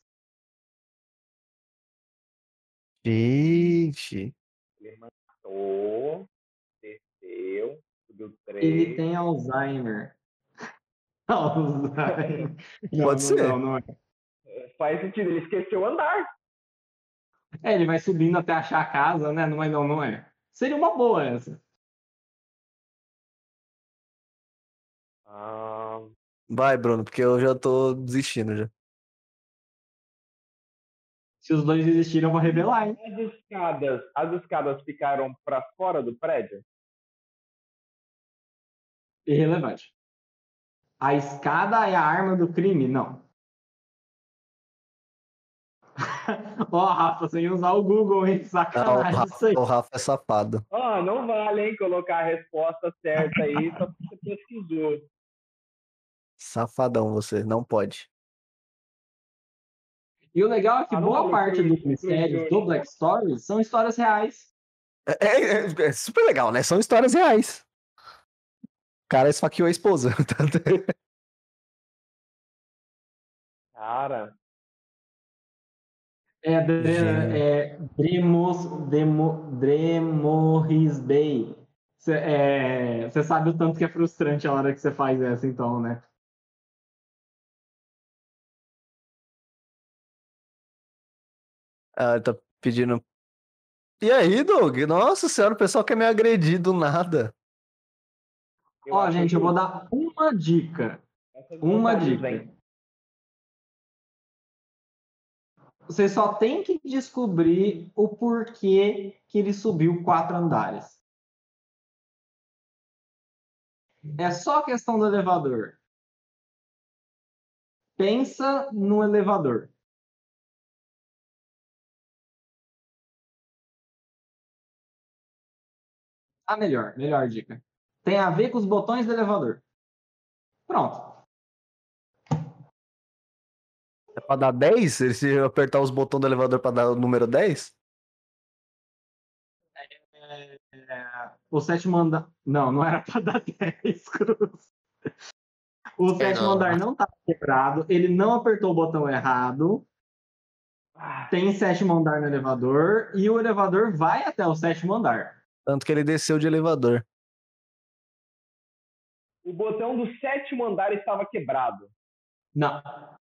Gente. Ele matou, desceu, subiu Ele três. tem Alzheimer. Alzheimer. Não, Pode não, ser. não, não é. Faz sentido, ele esqueceu o andar. É, ele vai subindo até achar a casa, né? Não é, não, não é. Seria uma boa essa. Ah, Vai, Bruno, porque eu já tô desistindo já. Se os dois existirem, eu vou revelar, hein? as escadas, as escadas ficaram para fora do prédio? Irrelevante. A escada é a arma do crime? Não. Ó, Rafa, sem usar o Google, hein? Ah, o Sacanagem Rafa, isso aí. o Rafa é safado. Ah, não vale, hein, colocar a resposta certa aí só porque você pesquisou. Safadão você, não pode. E o legal é que Ah, não boa vale, parte Cruz, dos Cruz mistérios do Júnior. Black Stories são histórias reais. É, é- é super legal, né? São histórias reais. O cara esfaqueou a esposa. Cara, É, Dre- Gente. é Dremos, Demo, Dremorris Bay. Você é, cê sabe o tanto que é frustrante a hora que você faz essa, então, né? Ah, tá pedindo. E aí, Doug? Nossa senhora, o pessoal quer me agredir do nada. eu Ó, acho gente, eu vou justo. dar uma dica. Essas Uma vontades dica. vêm. Você só tem que descobrir o porquê que ele subiu quatro andares. É só questão do elevador. Pensa no elevador. A melhor, melhor dica. Tem a ver com os botões do elevador. Pronto. Pra dar dez? Se eu apertar os botões do elevador pra dar o número dez? É, o sétimo andar. Não, não era pra dar dez, Cruz. O Sei sétimo não. andar não tá quebrado, ele não apertou o botão errado. Ah, Tem sétimo andar no elevador e o elevador vai até o sétimo andar. Tanto que ele desceu de elevador. o botão do sétimo andar estava quebrado. Não.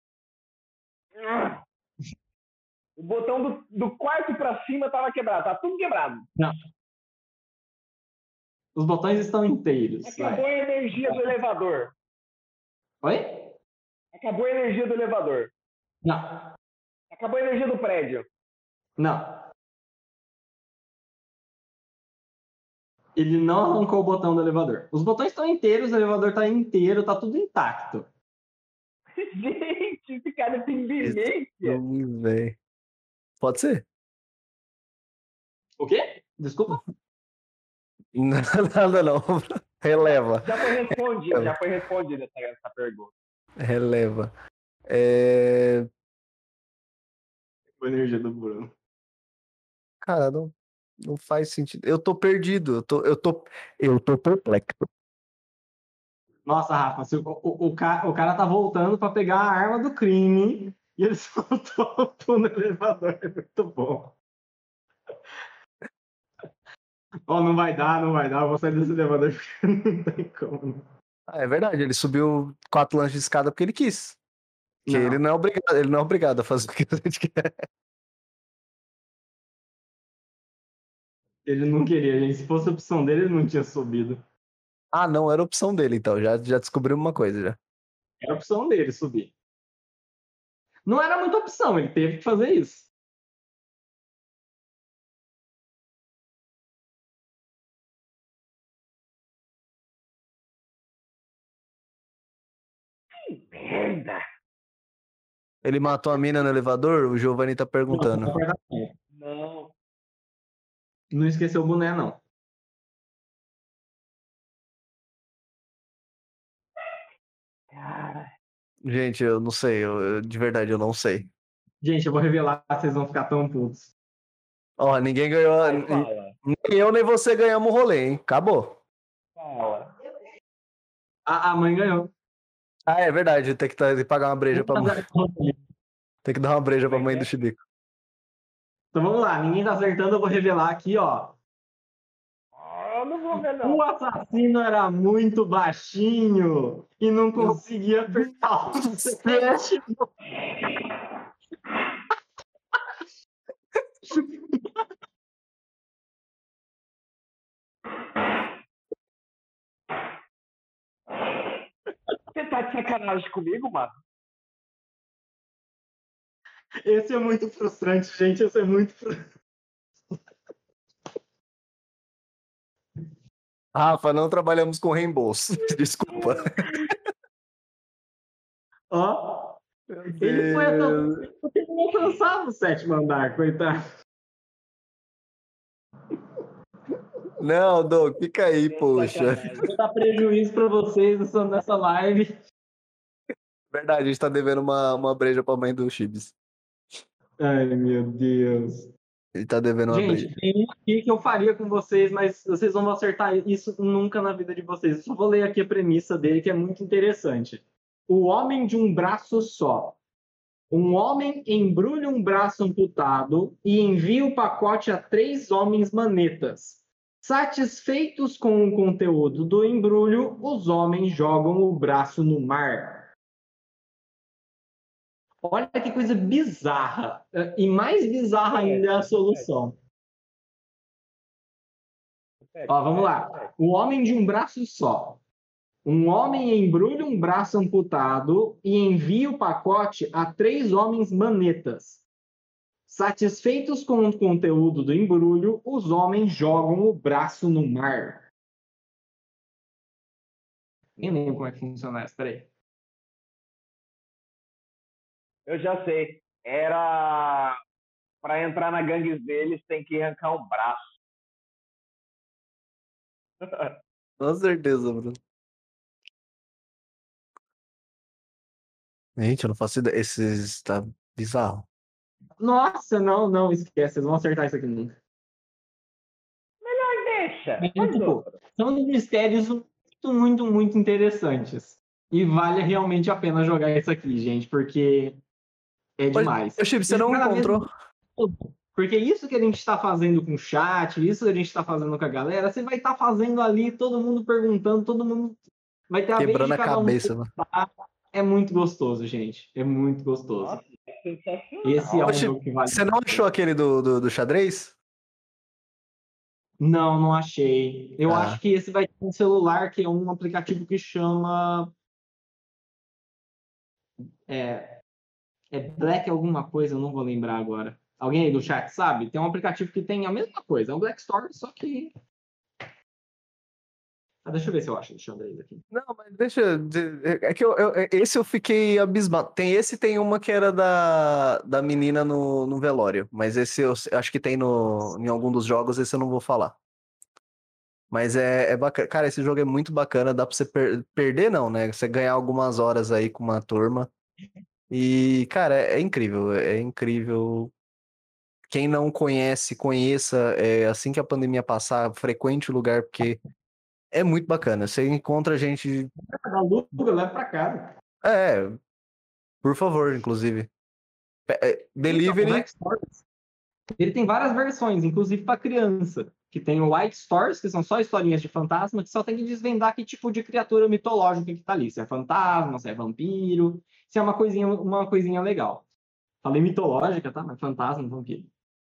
Ah, o botão do, do quarto para cima estava quebrado. Tá tudo quebrado. Não. Os botões estão inteiros. Acabou vai. a energia do elevador. Oi? Acabou a energia do elevador. Não. Acabou a energia do prédio. Não. Ele não arrancou o botão do elevador. Os botões estão inteiros, o elevador está inteiro, tá tudo intacto. Gente, esse cara tem demência. Jesus, velho. Pode ser. O quê? Desculpa? Nada não. Releva. Já foi respondido, já foi respondida essa, essa pergunta. Releva. É... A energia do Bruno. Cara, não, não faz sentido. Eu tô perdido. Eu tô, eu tô, eu tô perplexo. Nossa, Rafa, se o, o, o, ca- o cara tá voltando para pegar a arma do crime e ele soltou o no elevador. É muito bom. Ó, não vai dar, não vai dar. Eu vou sair desse elevador porque não tem como. Ah, é verdade. Ele subiu quatro lanches de escada porque ele quis. Que Não. ele não é obrigado, ele não é obrigado a fazer o que a gente quer. Ele não queria, gente. Se fosse a opção dele, ele não tinha subido. Ah, não, era opção dele, então. Já, já descobrimos uma coisa já. Era a opção dele subir. Não era muita opção, ele teve que fazer isso. Merda. Ele matou a mina no elevador? O Giovanni tá perguntando. Não. Não esqueceu o boné, não. Cara, Gente, eu não sei. Eu, eu- de verdade, eu não sei. Gente, eu vou revelar, vocês vão ficar tão putos. Ó, ninguém ganhou. vai, fala. Nem eu nem você ganhamos o rolê, hein? Acabou. Fala. A, a mãe ganhou. Ah, é verdade. Tem que, tá- tem que pagar uma breja pra mãe. Tem que dar uma breja pra Como é mãe que do é? Chibico. Então vamos lá, ninguém tá acertando, eu vou revelar aqui, ó. Ah, não vou ver, O não. assassino era muito baixinho e não conseguia apertar o sétimo. Você tá de sacanagem comigo, mano? Esse é muito frustrante, gente. Esse é muito frustrante. Rafa, não trabalhamos com reembolso. Desculpa. Ó, Meu ele foi até o Deus. sétimo porque ele não alcançava o sétimo andar, coitado. Não, Doug, fica aí, Tô de poxa. sacanagem. Vou dar prejuízo pra vocês nessa- nessa live. Verdade, a gente tá devendo uma, uma breja pra mãe do Chibis. Ai, meu Deus. Ele tá devendo uma Gente, breja. tem um aqui que eu faria com vocês, mas vocês não vão acertar isso nunca na vida de vocês. Eu só vou ler aqui a premissa dele, que é muito interessante. O homem de um braço só. Um homem embrulha um braço amputado e envia o pacote a três homens manetas. Satisfeitos com o conteúdo do embrulho, os homens jogam o braço no mar. Olha que coisa bizarra. E mais bizarra ainda é a solução. Sério, Ó, vamos sério, lá. sério. O homem de um braço só. Um homem embrulha um braço amputado e envia o pacote a três homens manetas. Satisfeitos com o conteúdo do embrulho, os homens jogam o braço no mar. Nem lembro como é que funciona essa, peraí. Eu já sei. Era pra entrar na gangue deles tem que arrancar um braço. Com certeza, Bruno. Gente, eu não faço ideia. Esses tá bizarro. Nossa, não, não, esquece. Vocês vão acertar isso aqui nunca. Deixa, Mas, faz tipo, outro. são mistérios muito, muito, muito interessantes. E vale realmente a pena jogar isso aqui, gente, porque é demais. Ô, Chip, você E não jogar na mesa encontrou? porque isso que a gente está fazendo com o chat, isso que a gente está fazendo com a galera, você vai estar fazendo ali, todo mundo perguntando, todo mundo vai ter a vez Quebrando de a cada um. cabeça, mano. É muito gostoso, gente. É muito gostoso. Nossa, é sensacional. Esse é Ô, um Chip, jogo que vale. você não achou aquele do, do, do xadrez? Não, não achei. Eu Ah. acho que esse vai ter um celular que é um aplicativo que chama. É, é Black alguma coisa, eu não vou lembrar agora. Alguém aí do chat sabe? Tem um aplicativo que tem a mesma coisa, é um Black Store, só que. Ah, deixa eu ver se eu acho o xadrez aqui. Não, mas deixa eu dizer, é que eu, eu- esse eu fiquei abismado. Tem esse, tem uma que era da, da menina no, no velório, mas esse eu acho que tem no, em algum dos jogos, esse eu não vou falar. Mas é, é bacana. Cara, esse jogo é muito bacana, dá pra você per- perder, não, né? Você ganhar algumas horas aí com uma turma. E, cara, é, é incrível, é incrível. Quem não conhece, conheça. É, assim que a pandemia passar, frequente o lugar, porque é muito bacana. Você encontra gente. Da Luga, leva pra casa. É, por favor, inclusive. É, é, Então, o delivery. Black Stories, ele tem várias versões, inclusive para criança, que tem o White Stories, que são só historinhas de fantasma, que só tem que desvendar que tipo de criatura mitológica que tá ali, se é fantasma, se é vampiro, se é uma coisinha, uma coisinha legal. Falei mitológica, tá? Mas fantasma, vampiro.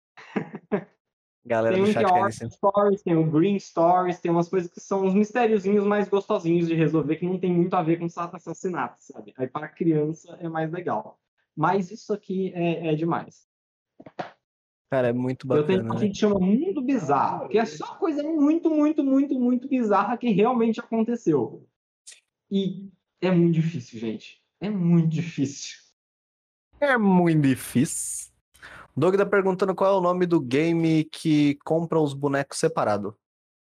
Galera Tem do um que é chat Orange caindo. Stories, tem o Green Stories, tem umas coisas que são uns mistériozinhos mais gostosinhos de resolver, que não tem muito a ver com assassinato, sabe? Aí para criança é mais legal. Mas isso aqui é, é demais. Cara, é muito Eu tenho bacana, uma né? que chama Mundo Bizarro, que é só coisa muito, muito, muito, muito bizarra que realmente aconteceu. E é muito difícil, gente. É muito difícil. É muito difícil. O Doug tá perguntando qual é o nome do game que compra os bonecos separado.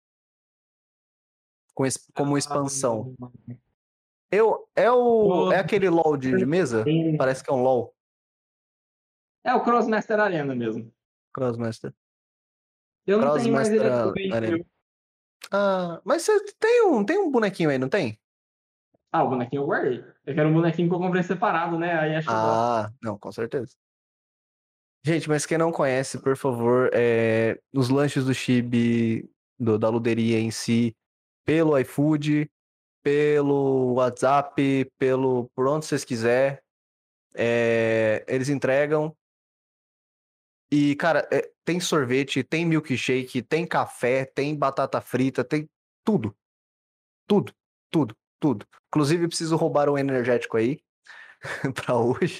Com es- como expansão. Eu, é, o, é aquele LOL de, de mesa? Parece que é um LOL. É o Crossmaster Arena mesmo. Crossmaster. Eu não tenho mais Crossmaster ele aqui. Arena. Ah, mas você tem um, tem um bonequinho aí, não tem? Ah, o bonequinho eu guardei. Eu quero um bonequinho que eu comprei separado, né? Aí acho bom. Ah, não, com certeza. Gente, mas quem não conhece, por favor, é, os lanches do Chibi, do, da luderia em si, pelo iFood, pelo WhatsApp, pelo por onde vocês quiser, é, eles entregam. E, cara, é, tem sorvete, tem milkshake, tem café, tem batata frita, tem tudo. Tudo, tudo, tudo. Inclusive, eu preciso roubar um energético aí pra hoje.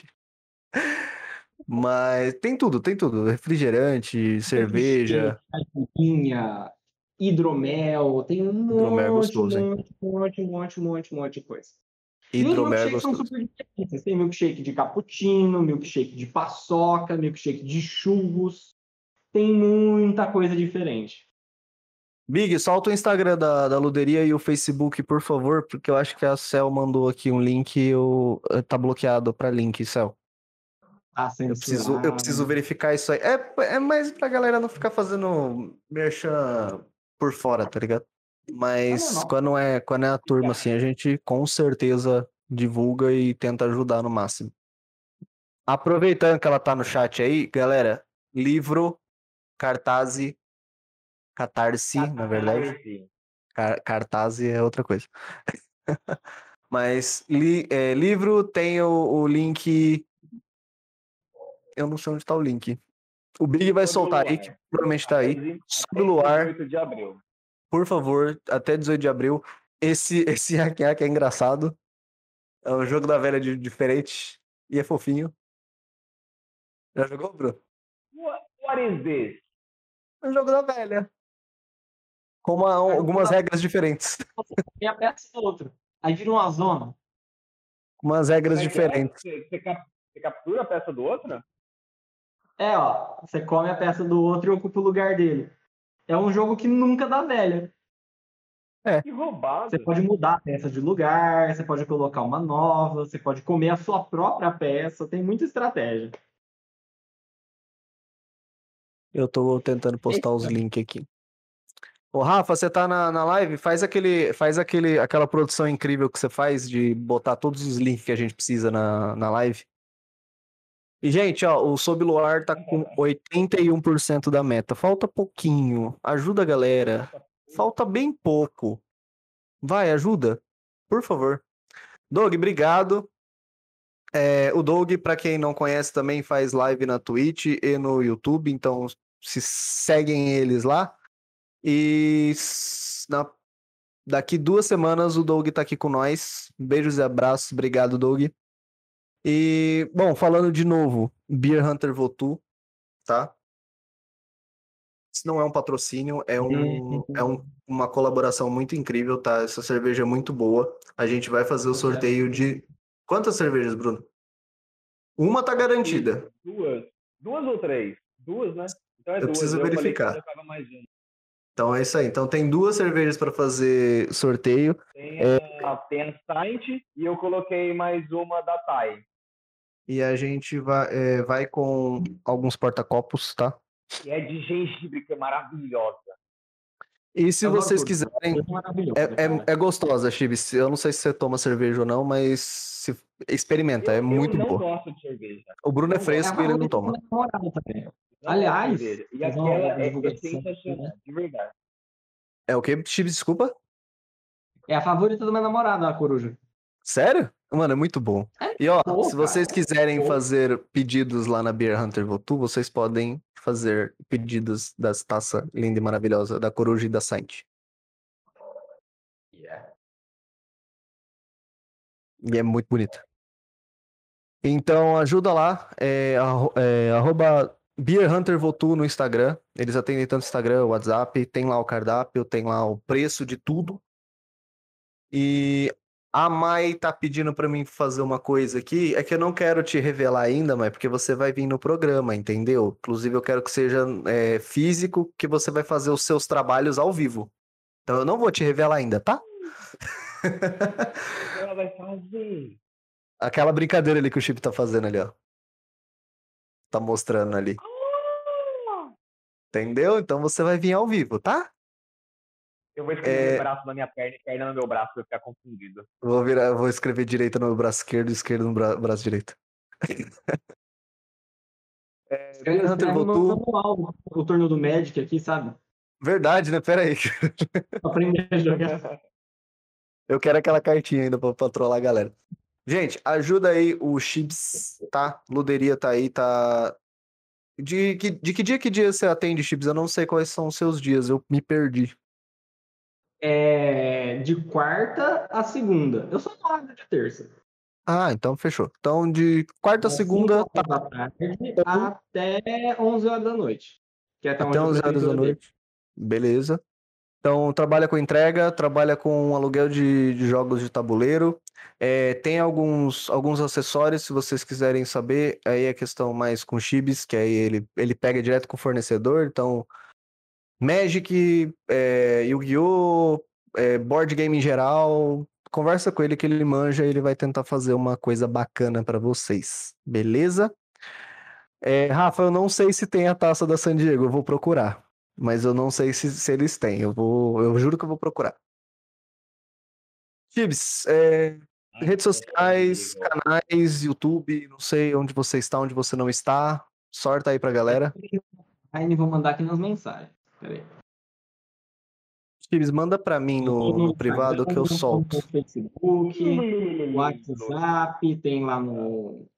Mas tem tudo, tem tudo. Refrigerante, cerveja. Caipirinha, hidromel, tem um Hidromel é monte, um gostoso, hein? monte, um monte, um monte, um monte, um monte de coisa. E os Hidromel é milkshakes são gostoso. super diferentes. Tem milkshake de cappuccino, milkshake de paçoca, milkshake de churros. Tem muita coisa diferente. Big, solta o Instagram da, da luderia e o Facebook, por favor, porque eu acho que a Cel mandou aqui um link e eu, tá bloqueado pra link, Cel. Ah, Eu preciso, eu preciso censurado. verificar isso aí. É, é mais pra galera não ficar fazendo merchan por fora, tá ligado? É Mas normal. quando é, quando é a turma assim, a gente com certeza divulga e tenta ajudar no máximo. Aproveitando que ela tá no chat aí, galera, livro, cartaz, catarse, na verdade. Catarse. Car cartaz é outra coisa. Mas li, é, livro tem o, o link. Eu não sei onde tá o link. O Big vai Sob o soltar aí, que luar. provavelmente tá Até, aí. dezem- Sob o até luar, dezoito de abril. por favor, até dezoito de abril. Esse, esse hack hack é engraçado. É um jogo da velha de- diferente. E é fofinho. Já jogou, Bruno? What, what is this? É um jogo da velha. Com uma- algumas regras diferentes. E a peça do outro. Aí vira uma zona. Umas regras Como é que é? diferentes. Você, você cap- você captura a peça do outro? É, ó. Você come a peça do outro e ocupa o lugar dele. É um jogo que nunca dá velha. Que roubado. Você pode mudar a peça de lugar, você pode colocar uma nova, você pode comer a sua própria peça, tem muita estratégia. Eu tô tentando postar os links aqui. Ô, Rafa, você tá na, na live? Faz aquele, faz aquele, aquela produção incrível que você faz de botar todos os links que a gente precisa na, na live. E, gente, ó, o Sob Luar tá com oitenta e um por cento da meta. Falta pouquinho. Ajuda a galera. Falta bem pouco. Vai, ajuda. Por favor. Doug, obrigado. É, o Doug, pra quem não conhece, também faz live na Twitch e no YouTube. Então, se seguem eles lá. E s- na- daqui duas semanas o Doug tá aqui com nós. Beijos e abraços. Obrigado, Doug. E, bom, falando de novo, Beer Hunter Votu, tá? Isso não é um patrocínio, é, um, é um, uma colaboração muito incrível, tá? Essa cerveja é muito boa. A gente vai fazer o sorteio de... Quantas cervejas, Bruno? Uma tá garantida. Duas. Duas ou três? Duas, né? Então é Eu duas. preciso Eu falei que verificar. colocava mais uma. Então é isso aí. Então tem duas cervejas para fazer sorteio. Tem a, tem a Saint e eu coloquei mais uma da Thai. E a gente vai, é, vai com alguns porta-copos, tá? Que é de gengibre, que é maravilhosa. E se Eu adoro vocês tudo. quiserem... É maravilhoso, É, cara. é, é gostosa, Chibis. Eu não sei se você toma cerveja ou não, mas se- experimenta, é Eu, muito eu não boa. gosto de cerveja. O Bruno é Não fresco e É ele uma não toma. namorada também. Não Aliás, gosto de cerveja. E fazer uma aquela é, é divulgação, sensacional, né? de verdade. É o quê, Chibis? Desculpa? É a favorita da minha namorada, a coruja. Sério? Mano, é muito bom. E ó, Pô, se vocês cara. quiserem Pô. fazer pedidos lá na Beer Hunter Votu, vocês podem fazer pedidos das taças linda e maravilhosa da Coruja e da Saint. Yeah. E é muito bonita. Então ajuda lá, é, arro- é, arroba Beer Hunter Votu no Instagram. Eles atendem tanto Instagram, WhatsApp, tem lá o cardápio, tem lá o preço de tudo. E a Mai tá pedindo pra mim fazer uma coisa aqui, é que eu não quero te revelar ainda, Mai, porque você vai vir no programa, entendeu? Inclusive eu quero que seja é, físico, que você vai fazer os seus trabalhos ao vivo. Então eu não vou te revelar ainda, tá? Ela vai fazer. Aquela brincadeira ali que o Chip tá fazendo ali, ó. Tá mostrando ali. Entendeu? Então você vai vir ao vivo, tá? Eu vou escrever É, braço na minha perna e perna no meu braço pra eu ficar confundido. vou virar, vou escrever direita no meu braço esquerdo e esquerdo no bra- braço direito. É, Beer Hunter Escreve no meu Votu. manual o torno do Magic aqui, sabe? Verdade, né? Pera aí. Pra aprender a jogar. Eu quero aquela cartinha ainda pra, pra trollar a galera. Gente, ajuda aí o Chibs, tá? Luderia tá aí, tá... De que, de que dia que dia você atende, Chibs? Eu não sei quais são os seus dias, eu me perdi. É de quarta a segunda. Eu só não abro de terça. Ah, então fechou. Então de quarta a Das segunda, cinco tá horas da tarde até onze horas da noite. Que é até até onde a onze horas da prefeitura deixa. noite. Beleza. Então, trabalha com entrega, trabalha com aluguel de, de jogos de tabuleiro. É, tem alguns, alguns acessórios, se vocês quiserem saber. Aí é questão mais com Chibis, que aí ele, ele pega direto com o fornecedor. Então, Magic, é, Yu-Gi-Oh!, é, board game em geral. Conversa com ele que ele manja e ele vai tentar fazer uma coisa bacana pra vocês. Beleza? É, Rafa, eu não sei se tem a taça da San Diego, eu vou procurar. Mas eu não sei se, se eles têm. Eu vou, eu juro que eu vou procurar. Tibbs, é, redes sociais, canais, YouTube, não sei onde você está, onde você não está. Sorta aí pra galera. Aí vou mandar aqui nas mensagens. Peraí. Tibbs, manda pra mim no, no privado que eu solto. No Facebook, WhatsApp, tem lá no.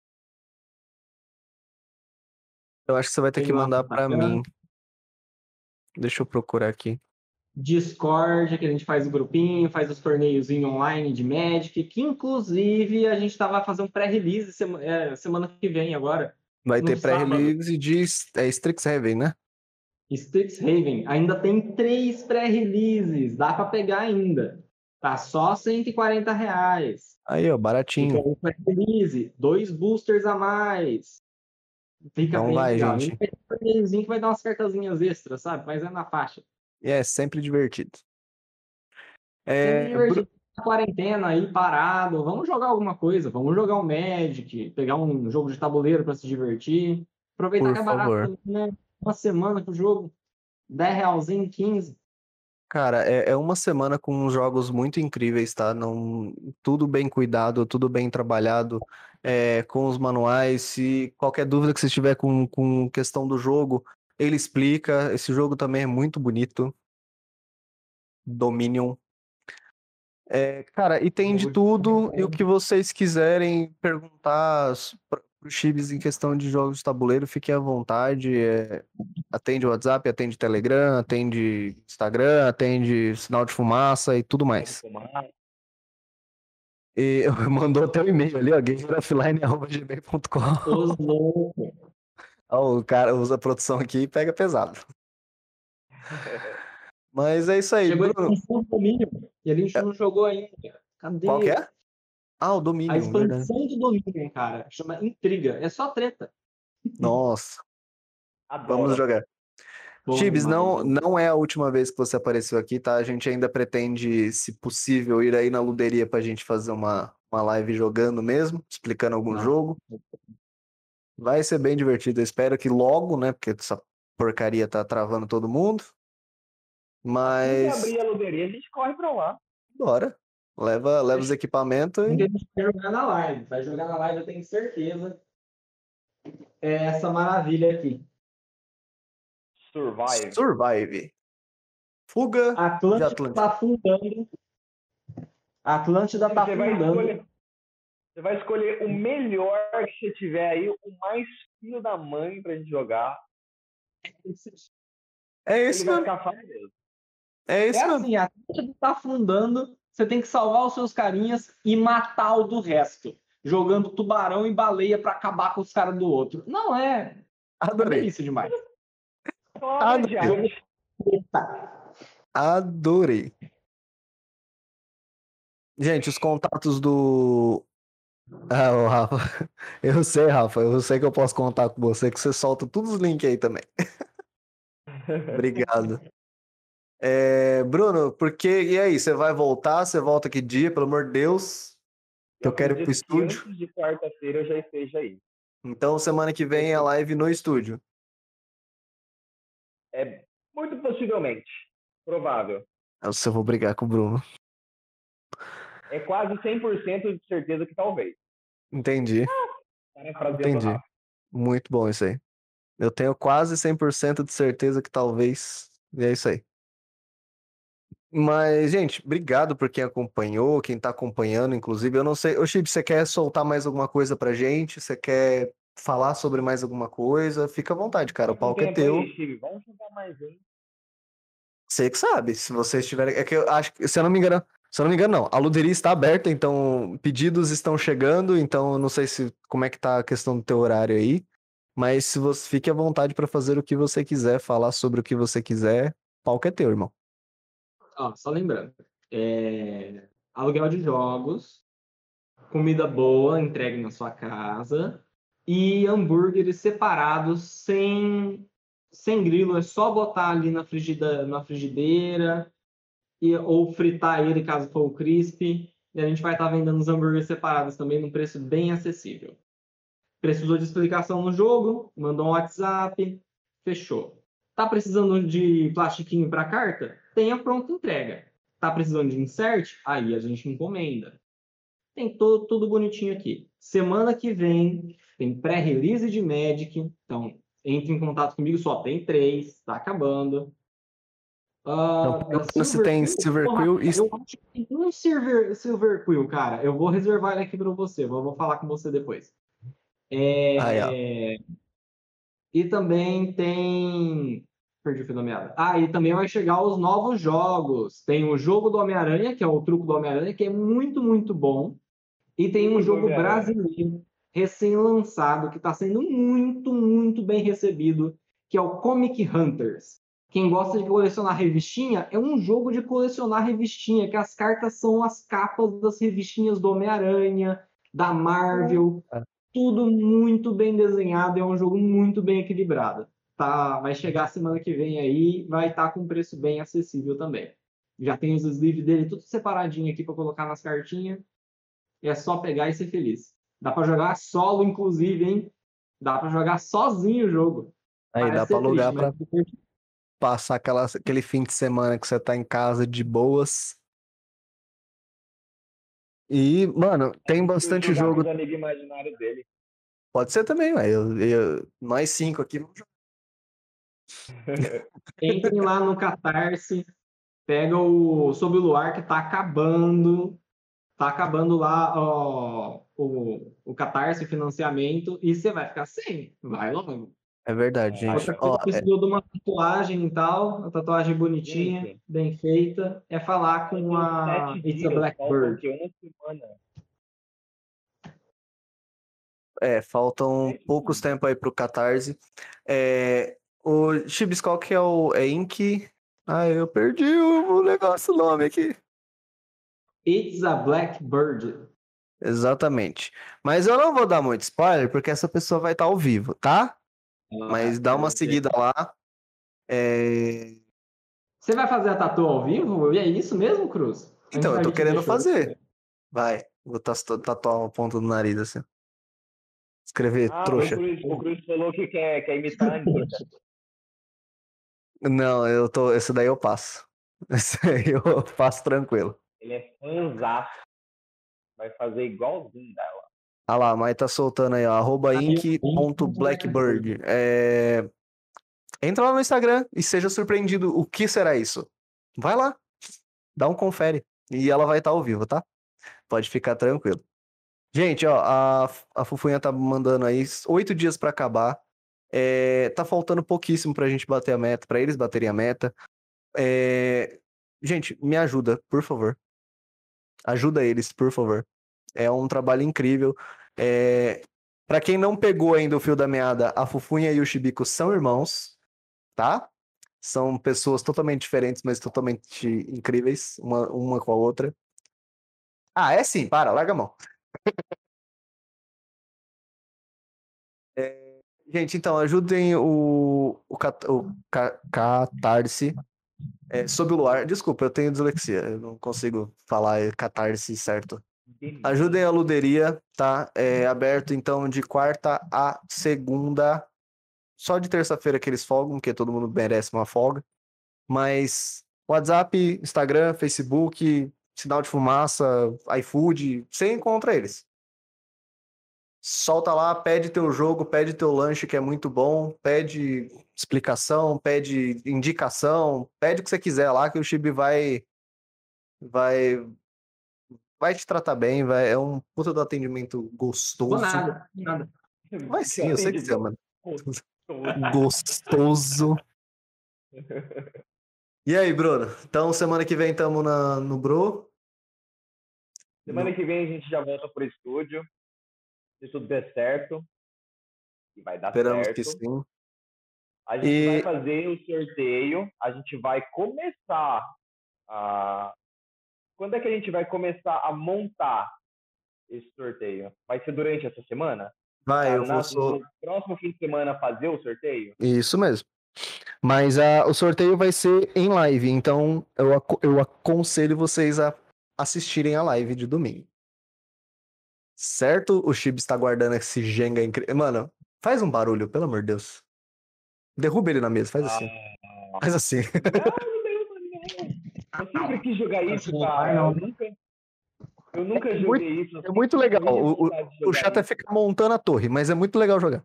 Eu acho que você vai ter Tem que lá no mandar pra Instagram. mim. Deixa eu procurar aqui. Discord, que a gente faz o grupinho, faz os torneios online de Magic, que inclusive a gente tava fazendo um pré-release sema- é, semana que vem agora. Vai No ter sábado. pré-release de é, Strixhaven, né? Strixhaven ainda tem três pré-releases, dá para pegar ainda. Tá só cento e quarenta reais. Aí, ó, baratinho. Fica um pré-release, dois boosters a mais. Fica Então bem vai, legal. gente. E tem um torneiozinho que vai dar umas cartazinhas extras, sabe? Mas é na faixa. E é sempre divertido. Tem que É, divertir Bru- na quarentena aí, parado. Vamos jogar alguma coisa. Vamos jogar um Magic, pegar um jogo de tabuleiro para se divertir. Aproveitar por que é barato favor. também, né? Uma semana pro jogo. dez realzinho, quinze. Cara, é, é uma semana com uns jogos muito incríveis, tá? Não, tudo bem cuidado, tudo bem trabalhado, é, com os manuais. Se qualquer dúvida que você tiver com, com questão do jogo, ele explica. Esse jogo também é muito bonito. Dominion. É, cara, e tem de Jogo de tudo, e o tabuleiro. que vocês quiserem perguntar para os Chibis em questão de jogos de tabuleiro, fiquem à vontade. É, atende WhatsApp, atende Telegram, atende Instagram, atende sinal de fumaça e tudo Pode mais. fumar. E mandou até o e-mail ali, ó, gameoffline arroba gmail ponto com. Os loucos. Ó, o cara usa a produção aqui e pega pesado. Mas é isso aí, Chegou a Bruno. expansão do domínio e a gente É, não jogou ainda. qual que Cadê? é? Ah, o A Dominion, verdade. expansão do domínio, cara. Chama Intriga. É só treta. Nossa, vamos Adoro. jogar. Bom Chibis, demais, não, bom. não é a última vez que você apareceu aqui, tá? A gente ainda pretende, se possível, ir aí na luderia pra gente fazer uma, uma live jogando mesmo, explicando algum Não. jogo. Vai ser bem divertido. Eu espero que logo, né? Porque essa porcaria tá travando todo mundo. Assim que Mas, abrir a luderia, a gente corre pra lá. bora. Leva, leva os equipamentos Um que a e. gente vai jogar na live. Vai jogar na live, eu tenho certeza. É essa maravilha aqui. Survive. Survive. Fuga A de Atlântida Atlântico. tá afundando. A Atlântida tá Você vai afundando. escolher, você vai escolher o melhor que você tiver aí, o mais filho da mãe pra gente jogar. É Ele isso vai mesmo. ficar fácil mesmo. É É isso mesmo. assim, a Atlântida tá afundando. Você tem que salvar os seus carinhas e matar o do resto. Jogando tubarão e baleia pra acabar com os caras do outro. Não é. É Adorei. delícia demais. Só uma obra de Adorei. arte. Tá. Adorei. Gente, os contatos do. Ah, ô, Rafa. Eu sei, Rafa. Eu sei que eu posso contar com você, que você solta todos os links aí também. Obrigado. É, Bruno, porque. E aí, você vai voltar? Você volta que dia, pelo amor de Deus? Que Eu eu quero ir pro acredito que estúdio. antes de quarta-feira eu já esteja aí. Então, semana que vem é a live no estúdio. É muito possivelmente. Provável. Eu só vou brigar com o Bruno. É quase cem por cento de certeza que talvez. Entendi, Parafraseando o entendi. Rafa. Muito bom isso aí. Eu tenho quase cem por cento de certeza que talvez. E é isso aí. Mas, gente, obrigado por quem acompanhou, quem tá acompanhando, inclusive. Eu não sei. Ô, Chip, você quer soltar mais alguma coisa pra gente? Você quer falar sobre mais alguma coisa? Fica à vontade, cara. O Tá com palco é tempo teu. aí, Steve? Vamos jogar mais um. Você que sabe. Se vocês tiverem. É que eu acho que, se eu não me engano. Se eu não me engano, não. A luderia está aberta, então pedidos estão chegando. Então, eu não sei se como é que tá a questão do teu horário aí. Mas se você fique à vontade pra fazer o que você quiser, falar sobre o que você quiser, o palco é teu, irmão. Ó, só lembrando. É, aluguel de jogos, comida boa entregue na sua casa e hambúrgueres separados sem, sem grilo. É só botar ali na, frigida, na frigideira e, ou fritar ele caso for o crispy. E a gente vai estar vendendo os hambúrgueres separados também num preço bem acessível. Precisou de explicação no jogo? Mandou um WhatsApp. Fechou. Tá precisando de plastiquinho para carta? Tenha pronta entrega. Tá precisando de insert? Aí a gente encomenda. Tem todo, tudo bonitinho aqui. Semana que vem tem pré-release de Magic. Então, entre em contato comigo. Só tem três. Tá acabando. Então, Uh, da perguntando se Silver tem Quill, Silver porra, Quill e. eu acho que tem um Silver, Silver Quill, cara. Eu vou reservar ele aqui para você. Vou, vou falar com você depois. Ah, é. É... E também tem. Perdi o fio da meada. Ah, e também vai chegar os novos jogos. Tem o jogo do Homem-Aranha, que é o truco do Homem-Aranha, que é muito, muito bom. E tem um Truco do jogo Homem-Aranha. brasileiro recém-lançado, que está sendo muito, muito bem recebido, que é o Comic Hunters. Quem gosta de colecionar revistinha, é um jogo de colecionar revistinha, que as cartas são as capas das revistinhas do Homem-Aranha, da Marvel, tudo muito bem desenhado, é um jogo muito bem equilibrado. Tá, vai chegar semana que vem aí, vai estar com um preço bem acessível também. Já tem os sleeves dele tudo separadinho aqui para colocar nas cartinhas. É só pegar e ser feliz. Dá para jogar solo, inclusive, hein? Dá para jogar sozinho o jogo. Aí Parece dá pra ser triste, alugar pra mas passar aquela, aquele fim de semana que você tá em casa de boas. E, mano, tem bastante jogar com jogo. os amigos imaginários dele. Pode ser também, ué. Eu, eu- nós cinco aqui vamos jogar. entrem lá no Catarse, pega o Sob o Luar que tá acabando. Tá acabando lá ó, o, o Catarse, o financiamento, e você vai ficar sem. Vai logo. É verdade, gente. Outra Ó, coisa que precisou de uma tatuagem e tal, uma tatuagem bonitinha, Gente. bem feita, é falar com Faltam a sete It's a dias, faltam Blackbird. que uma semana. é, faltam É poucos isso. tempo aí pro Catarse. É, o Chibis, qual que é o. É Ink? Ah, eu perdi o, o negócio, o nome aqui. It's a Blackbird. Exatamente. Mas eu não vou dar muito spoiler, porque essa pessoa vai estar ao vivo, tá? Mas dá uma seguida lá. É, Você vai fazer a tatu ao vivo? E é isso mesmo, Cruz? A Então, gente- eu a tô gente querendo deixou. fazer. Vai, vou tatu- tatuar uma ponta do nariz assim. Escrever Ah, o trouxa. Cruz, o Cruz falou que quer, quer imitar a Anitta. Não, eu tô. Esse daí eu passo. Esse aí eu passo tranquilo. Ele é fãzaço. Vai fazer igualzinho dela. Ah lá, mas tá soltando aí, ó. Arroba ink.blackbird. É... Entra lá no Instagram e seja surpreendido. O que será isso? Vai lá, dá um confere. E ela vai estar ao vivo, tá? Pode ficar tranquilo. Gente, ó, a, a Fufunha tá mandando aí oito dias pra acabar. É, tá faltando pouquíssimo pra gente bater a meta, pra eles baterem a meta. É, gente, me ajuda, por favor. Ajuda eles, por favor. É um trabalho incrível. É... Para quem não pegou ainda o fio da meada, a Fufunha e o Chibico são irmãos, tá? São pessoas totalmente diferentes, mas totalmente incríveis, uma, uma com a outra. Ah, é sim, para, larga a mão. É, gente, então, ajudem o, o, cat, o ca, Catarse é, sob o luar. Desculpa, eu tenho dislexia, eu não consigo falar Catarse certo. Ajudem a Luderia, tá? É aberto, então, de quarta a segunda. Só de terça-feira que eles folgam, porque todo mundo merece uma folga. Mas WhatsApp, Instagram, Facebook, Sinal de Fumaça, iFood, você encontra eles. Solta lá, pede teu jogo, pede teu lanche, que é muito bom. Pede explicação, pede indicação, pede o que você quiser lá, que o Chibi vai... Vai... Vai te tratar bem, vai, é um puta do atendimento Vou gostoso. nada, nada. Mas sim, eu sei que você ama. Gostoso. Gostoso. E aí, Bruno? Então, semana que vem estamos no Bro. Semana No- que vem a gente já volta pro estúdio. Se tudo der certo. E vai dar Esperamos certo. que sim. A gente E- vai fazer o sorteio. A gente vai começar a. Quando é que a gente vai começar a montar esse sorteio? Vai ser durante essa semana? Vai, Pra eu vou. na- So... No próximo fim de semana fazer o sorteio? Isso mesmo. Mas a, o sorteio vai ser em live, então eu, aco- eu aconselho vocês a assistirem a live de domingo. Certo? O Chibi está guardando esse Jenga incrível. Mano, faz um barulho, pelo amor de Deus. Derruba ele na mesa, faz assim. Faz assim. Não, não derruba, não. Eu sempre quis jogar isso, Celular, cara. não. Eu nunca, eu nunca É joguei muito- isso. Eu É muito sempre legal. tive O, o, vontade de o jogar chato é isso. ficar montando a torre, mas é muito legal jogar.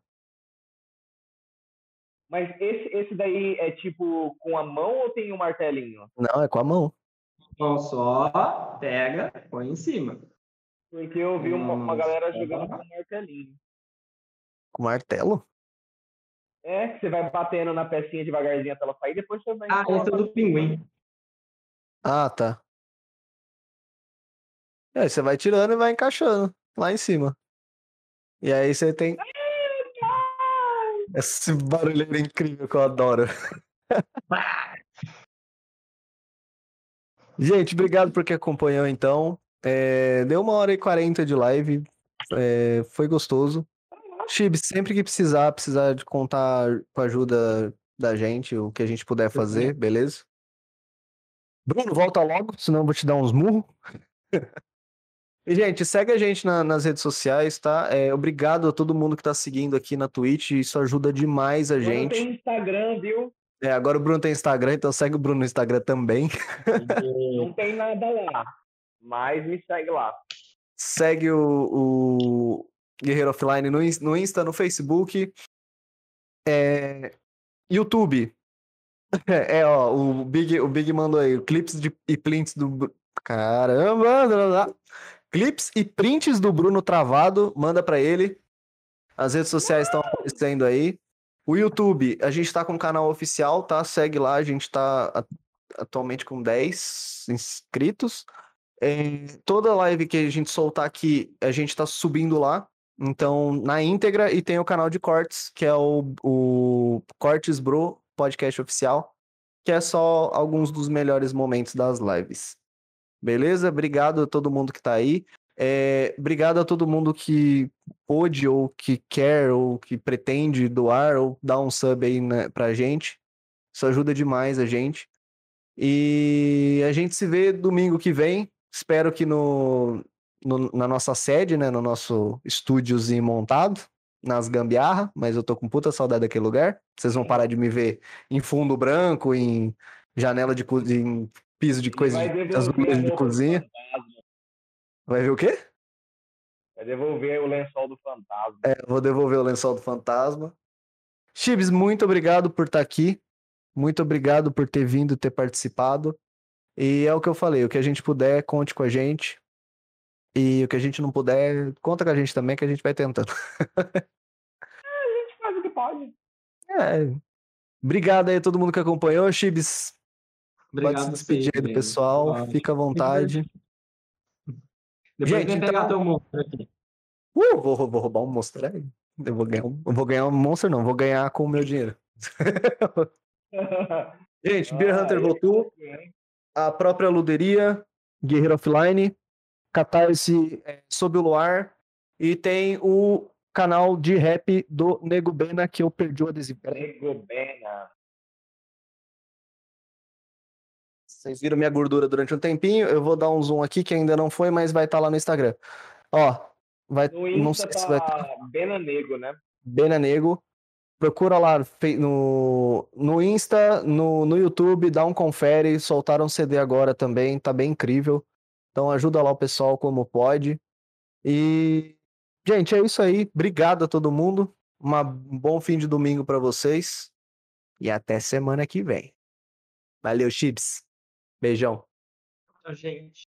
Mas esse, esse daí é tipo com a mão ou tem um martelinho? Não, é com a mão. Então só pega, põe em cima. Porque eu vi uma, uma Hum, galera tá. jogando com martelinho. Com martelo? É, que você vai batendo na pecinha devagarzinho até ela sair, depois você vai Ah, esse é o do pinguim. Ah, tá. E aí você vai tirando e vai encaixando lá em cima. E aí você tem esse barulheiro incrível que eu adoro. Gente, obrigado por que acompanhou então. É, deu uma hora e quarenta de live. É, foi gostoso. Chib, sempre que precisar, precisar de contar com a ajuda da gente, o que a gente puder fazer, beleza? Bruno, volta logo, senão eu vou te dar uns murros. E, gente, segue a gente na- nas redes sociais, tá? É, obrigado a todo mundo que tá seguindo aqui na Twitch, isso ajuda demais a Agora gente. tem Instagram, viu? É, agora o Bruno tem Instagram, então segue o Bruno no Instagram também. Não tem nada lá, mas me segue lá. Segue o, o Guerreiro Offline no, Ins- no Insta, no Facebook. É, YouTube. É, ó, o Big, o Big mandou aí, clips de, e prints do... Bru- Caramba! blá, blá, blá. Clips e prints do Bruno travado, manda pra ele. As redes sociais estão aparecendo aí. O YouTube, a gente tá com um canal oficial, tá? Segue lá, a gente tá a- atualmente com dez inscritos. É, toda live que a gente soltar aqui, a gente tá subindo lá. Então, na íntegra, e tem o canal de cortes, que é o, o Cortes Bro Podcast Oficial, que é só alguns dos melhores momentos das lives. Beleza? Obrigado a todo mundo que tá aí. É, obrigado a todo mundo que pôde, ou que quer, ou que pretende doar, ou dar um sub aí, né, pra gente. Isso ajuda demais a gente. E a gente se vê domingo que vem. Espero que no, no- na nossa sede, né? No nosso estúdiozinho montado, nas gambiarra, mas eu tô com puta saudade daquele lugar. Vocês vão parar de me ver em fundo branco, em janela de cozinha, em piso de Ele coisa vai de devolver azulejo a de roupa do cozinha. fantasma. Vai ver o quê? Vai devolver o lençol do fantasma. É, eu vou devolver o lençol do fantasma. Chibs, muito obrigado por estar aqui. Muito obrigado por ter vindo, ter participado. E é o que eu falei, o que a gente puder, conte com a gente. E o que a gente não puder, conta com a gente também, que a gente vai tentando. A gente faz o que pode. É. Obrigado aí a todo mundo que acompanhou, Chibs. Pode Obrigado se a você aí, despedir aí do velho. pessoal, Ó, fica à me vontade. diverti. Depois Gente, vem pegar então. teu monstro aqui. Uh, vou, vou roubar um monstro aí. Eu vou ganhar um, eu vou ganhar um monstro, não, vou ganhar com o meu dinheiro. Gente, Beer Ah, Hunter aí é voltou, fácil, hein? a própria Luderia, Guerreiro Offline, Catarse é, Sob o Luar, e tem o canal de rap do Nego Bena, que eu perdi o adesivo. Pera aí. Nego Bena. Vocês viram minha gordura durante um tempinho, eu vou dar um zoom aqui, que ainda não foi, mas vai estar lá no Instagram. Ó, vai, No não Insta sei se vai estar tá Bena Nego, né? Bena Nego. Procura lá fe- no, no Insta, no, no YouTube, dá um confere. Soltaram um C D agora também, tá bem incrível. Então ajuda lá o pessoal como pode. E, gente, é isso aí. Obrigado a todo mundo. Uma- um bom fim de domingo pra vocês. E até semana que vem. Valeu, Chips. Beijão. Gente.